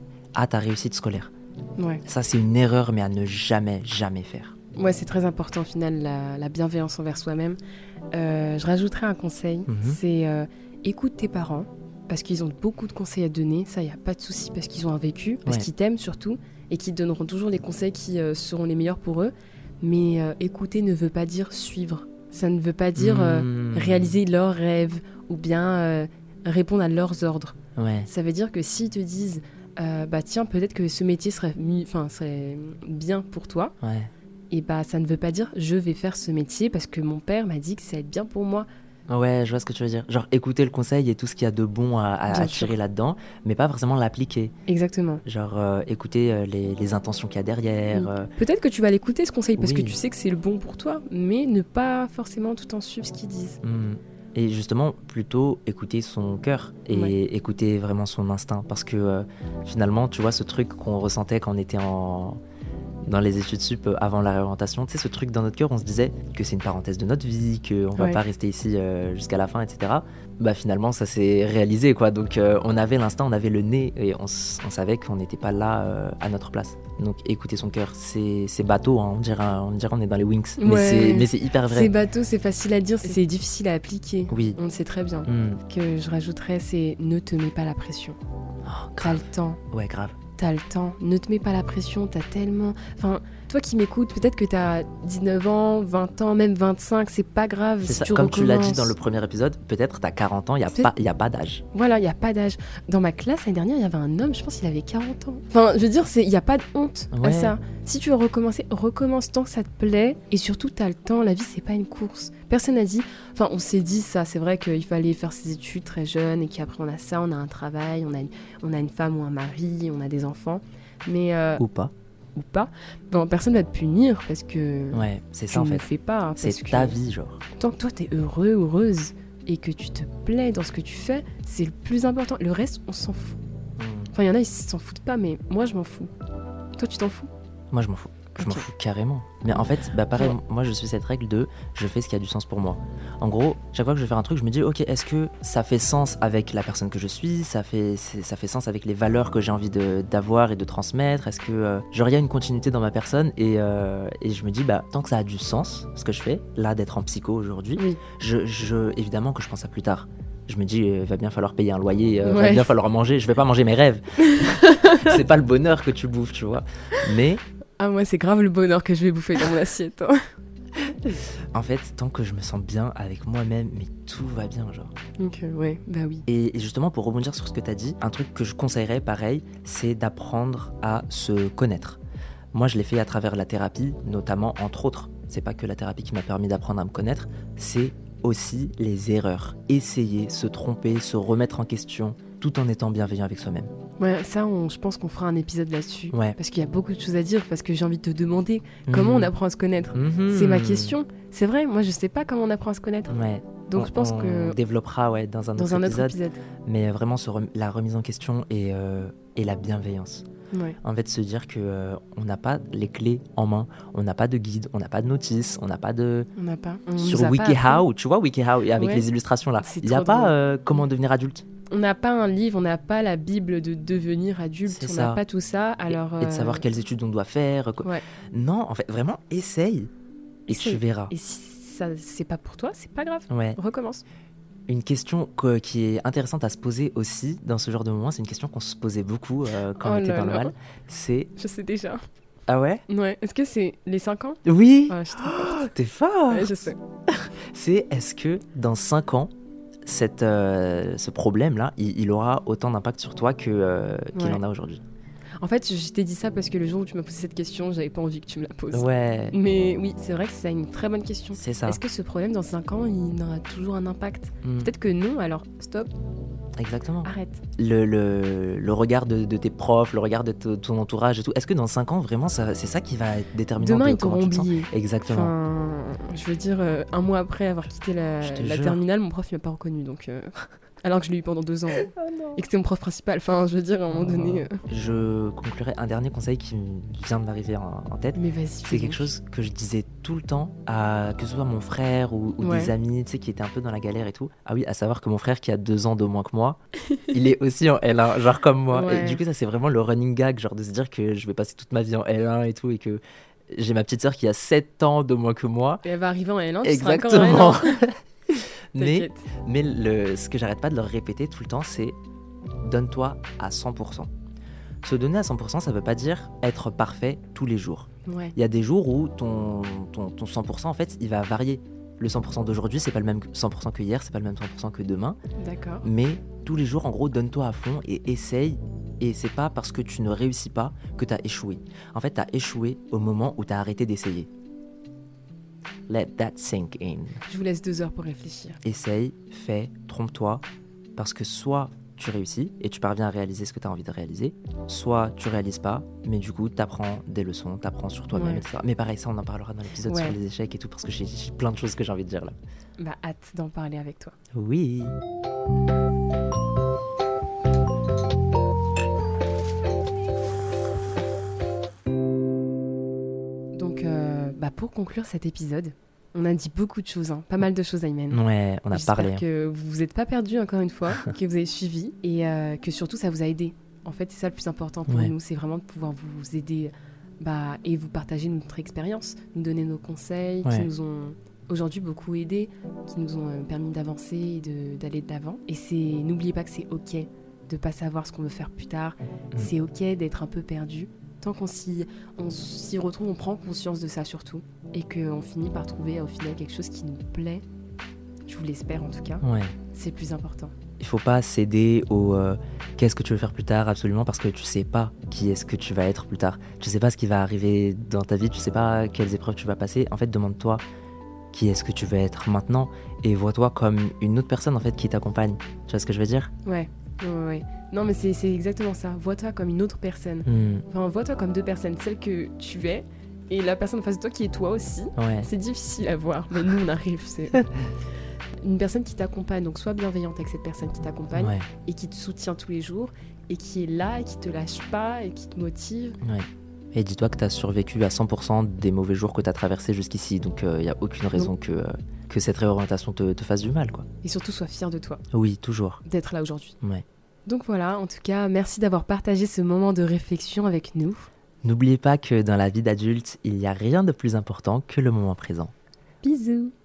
S2: à ta réussite scolaire.
S1: Ouais.
S2: Ça, c'est une erreur, mais à ne jamais, jamais faire.
S1: Ouais, c'est très important au final la, la bienveillance envers soi-même. Euh, je rajouterais un conseil,
S2: Mhm.
S1: c'est euh, écoute tes parents parce qu'ils ont beaucoup de conseils à te donner. Ça, y a pas de souci parce qu'ils ont un vécu, parce
S2: Ouais.
S1: qu'ils t'aiment surtout et qu'ils te donneront toujours les conseils qui euh, seront les meilleurs pour eux. Mais euh, écouter ne veut pas dire suivre. Ça ne veut pas dire euh,
S2: Mmh.
S1: réaliser leurs rêves ou bien euh, répondre à leurs ordres.
S2: Ouais.
S1: Ça veut dire que s'ils te disent euh, bah tiens peut-être que ce métier serait, mi- enfin, serait bien pour toi,
S2: Ouais.
S1: et bah ça ne veut pas dire je vais faire ce métier parce que mon père m'a dit que ça va être bien pour moi.
S2: Ouais, je vois ce que tu veux dire. Genre écouter le conseil et tout ce qu'il y a de bon à, à-
S1: Bien
S2: à
S1: sûr.
S2: tirer là-dedans, mais pas forcément l'appliquer.
S1: Exactement.
S2: Genre euh, écouter euh, les, les intentions qu'il y a derrière.
S1: Oui.
S2: euh,
S1: Peut-être que tu vas l'écouter ce conseil parce
S2: Oui.
S1: que tu sais que c'est le bon pour toi, mais ne pas forcément tout en suivre ce qu'ils disent.
S2: hmm. Et justement, plutôt écouter son cœur et
S1: Ouais.
S2: écouter vraiment son instinct. Parce que euh, finalement, tu vois, ce truc qu'on ressentait quand on était en... dans les études sup euh, avant la réorientation, tu sais, ce truc dans notre cœur, on se disait que c'est une parenthèse de notre vie, qu'on va
S1: Ouais.
S2: pas rester ici euh, jusqu'à la fin, et cetera. Bah finalement, ça s'est réalisé, quoi. Donc euh, on avait l'instinct, on avait le nez, et on, s- on savait qu'on n'était pas là euh, à notre place. Donc écouter son cœur, c'est c'est bateau, hein, on dirait on dirait on est dans les Wings, mais
S1: Ouais.
S2: c'est mais c'est hyper vrai.
S1: C'est bateau, c'est facile à dire, c'est difficile à appliquer.
S2: Oui.
S1: On le sait très bien.
S2: Hmm.
S1: Que je rajouterais, c'est ne te mets pas la pression.
S2: Oh,
S1: T'as
S2: grave.
S1: le temps.
S2: Ouais, grave.
S1: T'as le temps, ne te mets pas la pression, t'as tellement... Enfin, toi qui m'écoutes, peut-être que t'as dix-neuf ans, vingt ans, même vingt-cinq, c'est pas grave
S2: C'est
S1: si
S2: ça.
S1: tu
S2: Comme tu l'as dit
S1: recommences.
S2: dans le premier épisode, peut-être t'as quarante ans, il n'y a,
S1: Peut-être-
S2: pas- y a pas d'âge.
S1: Voilà, il n'y a pas d'âge. Dans ma classe, l'année dernière, il y avait un homme, je pense qu'il avait quarante ans. Enfin, je veux dire, il n'y a pas de honte à
S2: Ouais.
S1: ça. Si tu veux recommencer, recommence tant que ça te plaît. Et surtout, t'as le temps, la vie, c'est pas une course. Personne n'a dit... Enfin, on s'est dit ça, c'est vrai qu'il fallait faire ses études très jeune et qu'après on a ça, on a un travail, on a, on a une femme ou un mari, on a des enfants. Mais... euh,
S2: Ou pas.
S1: ou pas, bon, personne va te punir parce que
S2: Ouais, c'est
S1: tu
S2: ça en
S1: ne le
S2: fait.
S1: fais pas. hein,
S2: C'est
S1: parce que
S2: ta vie, genre.
S1: Tant que toi, t'es heureux, heureuse et que tu te plais dans ce que tu fais, c'est le plus important. Le reste, on s'en fout.
S2: Hmm.
S1: Enfin, il y en a, ils s'en foutent pas, mais moi, je m'en fous. Toi, tu t'en fous?
S2: Moi, je m'en fous. Je
S1: Ok.
S2: m'en fous carrément. Mais en fait, bah pareil,
S1: Ouais.
S2: moi je suis cette règle de je fais ce qui a du sens pour moi. En gros, chaque fois que je vais faire un truc, je me dis ok, est-ce que ça fait sens avec la personne que je suis, ça fait, c'est- ça fait sens avec les valeurs que j'ai envie de, d'avoir et de transmettre, est-ce que euh, genre il y a une continuité dans ma personne et, euh, et je me dis bah tant que ça a du sens ce que je fais, là d'être en psycho aujourd'hui,
S1: Oui.
S2: je, je, évidemment que je pense à plus tard. Je me dis, il va bien falloir payer un loyer, euh, va
S1: Ouais.
S2: bien falloir manger, je vais pas manger mes rêves. C'est pas le bonheur que tu bouffes, tu vois. Mais
S1: Ah, moi, c'est grave le bonheur que je vais bouffer dans mon assiette. hein.
S2: en fait, tant que je me sens bien avec moi-même, mais tout va bien, genre.
S1: Donc, euh, ouais, bah oui.
S2: Et, et justement, pour rebondir sur ce que tu as dit, un truc que je conseillerais, pareil, c'est d'apprendre à se connaître. Moi, je l'ai fait à travers la thérapie, notamment, entre autres. C'est pas que la thérapie qui m'a permis d'apprendre à me connaître, c'est aussi les erreurs. Essayer, se tromper, se remettre en question, tout en étant bienveillant avec soi-même.
S1: Ouais, ça, on- je pense qu'on fera un épisode là-dessus.
S2: Ouais.
S1: Parce qu'il y a beaucoup de choses à dire, parce que j'ai envie de te demander comment on apprend à se connaître.
S2: Mhm.
S1: C'est ma question. C'est vrai, moi, je sais pas comment on apprend à se connaître.
S2: Ouais.
S1: Donc,
S2: On-
S1: je pense
S2: on
S1: que
S2: développera ouais, dans un autre
S1: dans un autre
S2: épisode,
S1: épisode.
S2: mais vraiment sur rem- la remise en question et, euh, et la bienveillance.
S1: Ouais.
S2: En fait, se dire que euh, on n'a pas les clés en main, on n'a pas de guide, on n'a pas de notice, on n'a pas de
S1: On n'a pas. On
S2: sur
S1: nous a pas appris.
S2: WikiHow, tu vois WikiHow avec
S1: Ouais.
S2: les illustrations là.
S1: C'est
S2: Il n'y a
S1: trop
S2: pas
S1: drôle.
S2: euh, comment devenir adulte
S1: On n'a pas un livre, on n'a pas la Bible de devenir adulte,
S2: C'est
S1: on
S2: ça.
S1: n'a pas tout ça.
S2: et-
S1: Alors,
S2: et, de
S1: euh,
S2: savoir quelles études on doit faire. quoi.
S1: Ouais.
S2: Non, en fait, vraiment, essaye et
S1: Essaye.
S2: tu verras.
S1: Et si ça c'est pas pour toi, c'est pas grave.
S2: Ouais.
S1: Recommence.
S2: Une question que- qui est intéressante à se poser aussi dans ce genre de moment, c'est une question qu'on se posait beaucoup euh, quand
S1: Oh
S2: on était
S1: là
S2: dans le
S1: là.
S2: mal. C'est
S1: Je sais déjà.
S2: ah ouais
S1: Ouais. Est-ce que c'est les cinq ans
S2: Oui.
S1: Ouais, je suis trop forte.
S2: T'es fort.
S1: Ouais, je sais.
S2: C'est est-ce que dans cinq ans, cette, euh, ce problème-là, il, il aura autant d'impact sur toi que, euh, qu'il
S1: Ouais.
S2: en a aujourd'hui.
S1: En fait, je t'ai dit ça parce que le jour où tu m'as posé cette question, j'avais pas envie que tu me la poses.
S2: Ouais,
S1: Mais oui, c'est vrai que c'est une très bonne question.
S2: c'est ça.
S1: Est-ce que ce problème, dans cinq ans, il aura toujours un impact
S2: Mm,
S1: Peut-être que non, alors stop,
S2: exactement.
S1: arrête.
S2: Le, le, le regard de, de tes profs, le regard de t- ton entourage et tout, est-ce que dans cinq ans, vraiment, ça, c'est ça qui va être déterminant
S1: Demain,
S2: de
S1: ils
S2: comment
S1: t'auront
S2: tu te sens
S1: oublié.
S2: Exactement.
S1: Enfin, je veux dire, euh, un mois après avoir quitté la,
S2: Je te
S1: la
S2: jure.
S1: terminale, mon prof, il m'a pas reconnu. Donc, euh, alors que je l'ai eu pendant deux ans. Et que c'était mon prof principal. Enfin, je veux dire, à un moment donné. euh,
S2: Je conclurai un dernier conseil qui me vient de m'arriver en, en tête.
S1: Mais vas-y.
S2: C'est quelque chose que je disais tout le temps, à, que ce soit mon frère ou, ou
S1: Ouais.
S2: des amis, tu sais, qui étaient un peu dans la galère et tout. Ah oui, à savoir que mon frère, qui a deux ans de moins que moi, il est aussi en L un, genre comme moi.
S1: Ouais.
S2: Et du coup, ça, c'est vraiment le running gag, genre de se dire que je vais passer toute ma vie en L un et tout, et que j'ai ma petite sœur qui a sept ans de moins que moi.
S1: Et elle va arriver en L un, tu seras encore en
S2: Exactement.
S1: L un.
S2: mais
S1: T'inquiète.
S2: mais le, ce que j'arrête pas de leur répéter tout le temps, c'est donne-toi à cent pour cent. Se donner à cent pour cent, ça veut pas dire être parfait tous les jours.
S1: Ouais.
S2: Il y a des jours où ton, ton, ton cent pour cent, en fait, il va varier. Le cent pour cent d'aujourd'hui, c'est pas le même cent pour cent que hier, c'est pas le même cent pour cent que demain.
S1: D'accord.
S2: Mais tous les jours, en gros, donne-toi à fond et essaye. Et c'est pas parce que tu ne réussis pas que tu as échoué. En fait, tu as échoué au moment où tu as arrêté d'essayer. Let that sink in.
S1: Je vous laisse deux heures pour réfléchir.
S2: Essaye, fais, trompe-toi. Parce que soit tu réussis et tu parviens à réaliser ce que tu as envie de réaliser, soit tu réalises pas, mais du coup, tu apprends des leçons, tu apprends sur toi-même,
S1: Ouais.
S2: et cetera. Mais pareil, ça, on en parlera dans l'épisode
S1: Ouais.
S2: sur les échecs et tout, parce que j'ai j'ai plein de choses que j'ai envie de dire là.
S1: Bah, hâte d'en parler avec toi.
S2: Oui.
S1: Donc, euh, bah, pour conclure cet épisode, on a dit beaucoup de choses, hein, pas mal de choses, Aymen.
S2: Ouais, on a
S1: J'espère
S2: parlé.
S1: que vous vous êtes pas perdu encore une fois, que vous avez suivi et euh, que surtout ça vous a aidé. En fait, c'est ça le plus important pour
S2: Ouais.
S1: nous, c'est vraiment de pouvoir vous aider bah, et vous partager notre expérience, nous donner nos conseils
S2: Ouais.
S1: qui nous ont aujourd'hui beaucoup aidés, qui nous ont euh, permis d'avancer et de- d'aller de l'avant. Et c'est, n'oubliez pas que c'est ok de pas savoir ce qu'on veut faire plus tard, c'est ok d'être un peu perdu. Tant qu'on s'y, on s'y retrouve, on prend conscience de ça surtout et qu'on finit par trouver au final quelque chose qui nous plaît. Je vous l'espère en tout cas.
S2: Ouais.
S1: C'est le plus important.
S2: Il faut pas céder au euh, qu'est-ce que tu veux faire plus tard, absolument, parce que tu sais pas qui est-ce que tu vas être plus tard. Tu sais pas ce qui va arriver dans ta vie, tu sais pas quelles épreuves tu vas passer. En fait, demande-toi qui est-ce que tu veux être maintenant et vois-toi comme une autre personne en fait qui t'accompagne. Tu vois ce que je veux dire?
S1: Ouais, ouais, ouais, ouais. Non, mais c'est, c'est exactement ça. Vois-toi comme une autre personne.
S2: Hmm,
S1: Enfin, vois-toi comme deux personnes. Celle que tu es et la personne en face de toi qui est toi aussi.
S2: Ouais.
S1: C'est difficile à voir, mais nous, on arrive. C'est une personne qui t'accompagne. Donc, sois bienveillante avec cette personne qui t'accompagne
S2: Ouais.
S1: et qui te soutient tous les jours et qui est là et qui te lâche pas et qui te motive.
S2: Ouais. Et dis-toi que tu as survécu à cent pour cent des mauvais jours que tu as traversés jusqu'ici, donc il euh, n'y a aucune raison que, euh, que cette réorientation te, te fasse du mal, quoi.
S1: Et surtout, sois fier de toi.
S2: Oui, toujours.
S1: D'être là aujourd'hui.
S2: Ouais.
S1: Donc voilà, en tout cas, merci d'avoir partagé ce moment de réflexion avec nous.
S2: N'oubliez pas que dans la vie d'adulte, il n'y a rien de plus important que le moment présent.
S1: Bisous.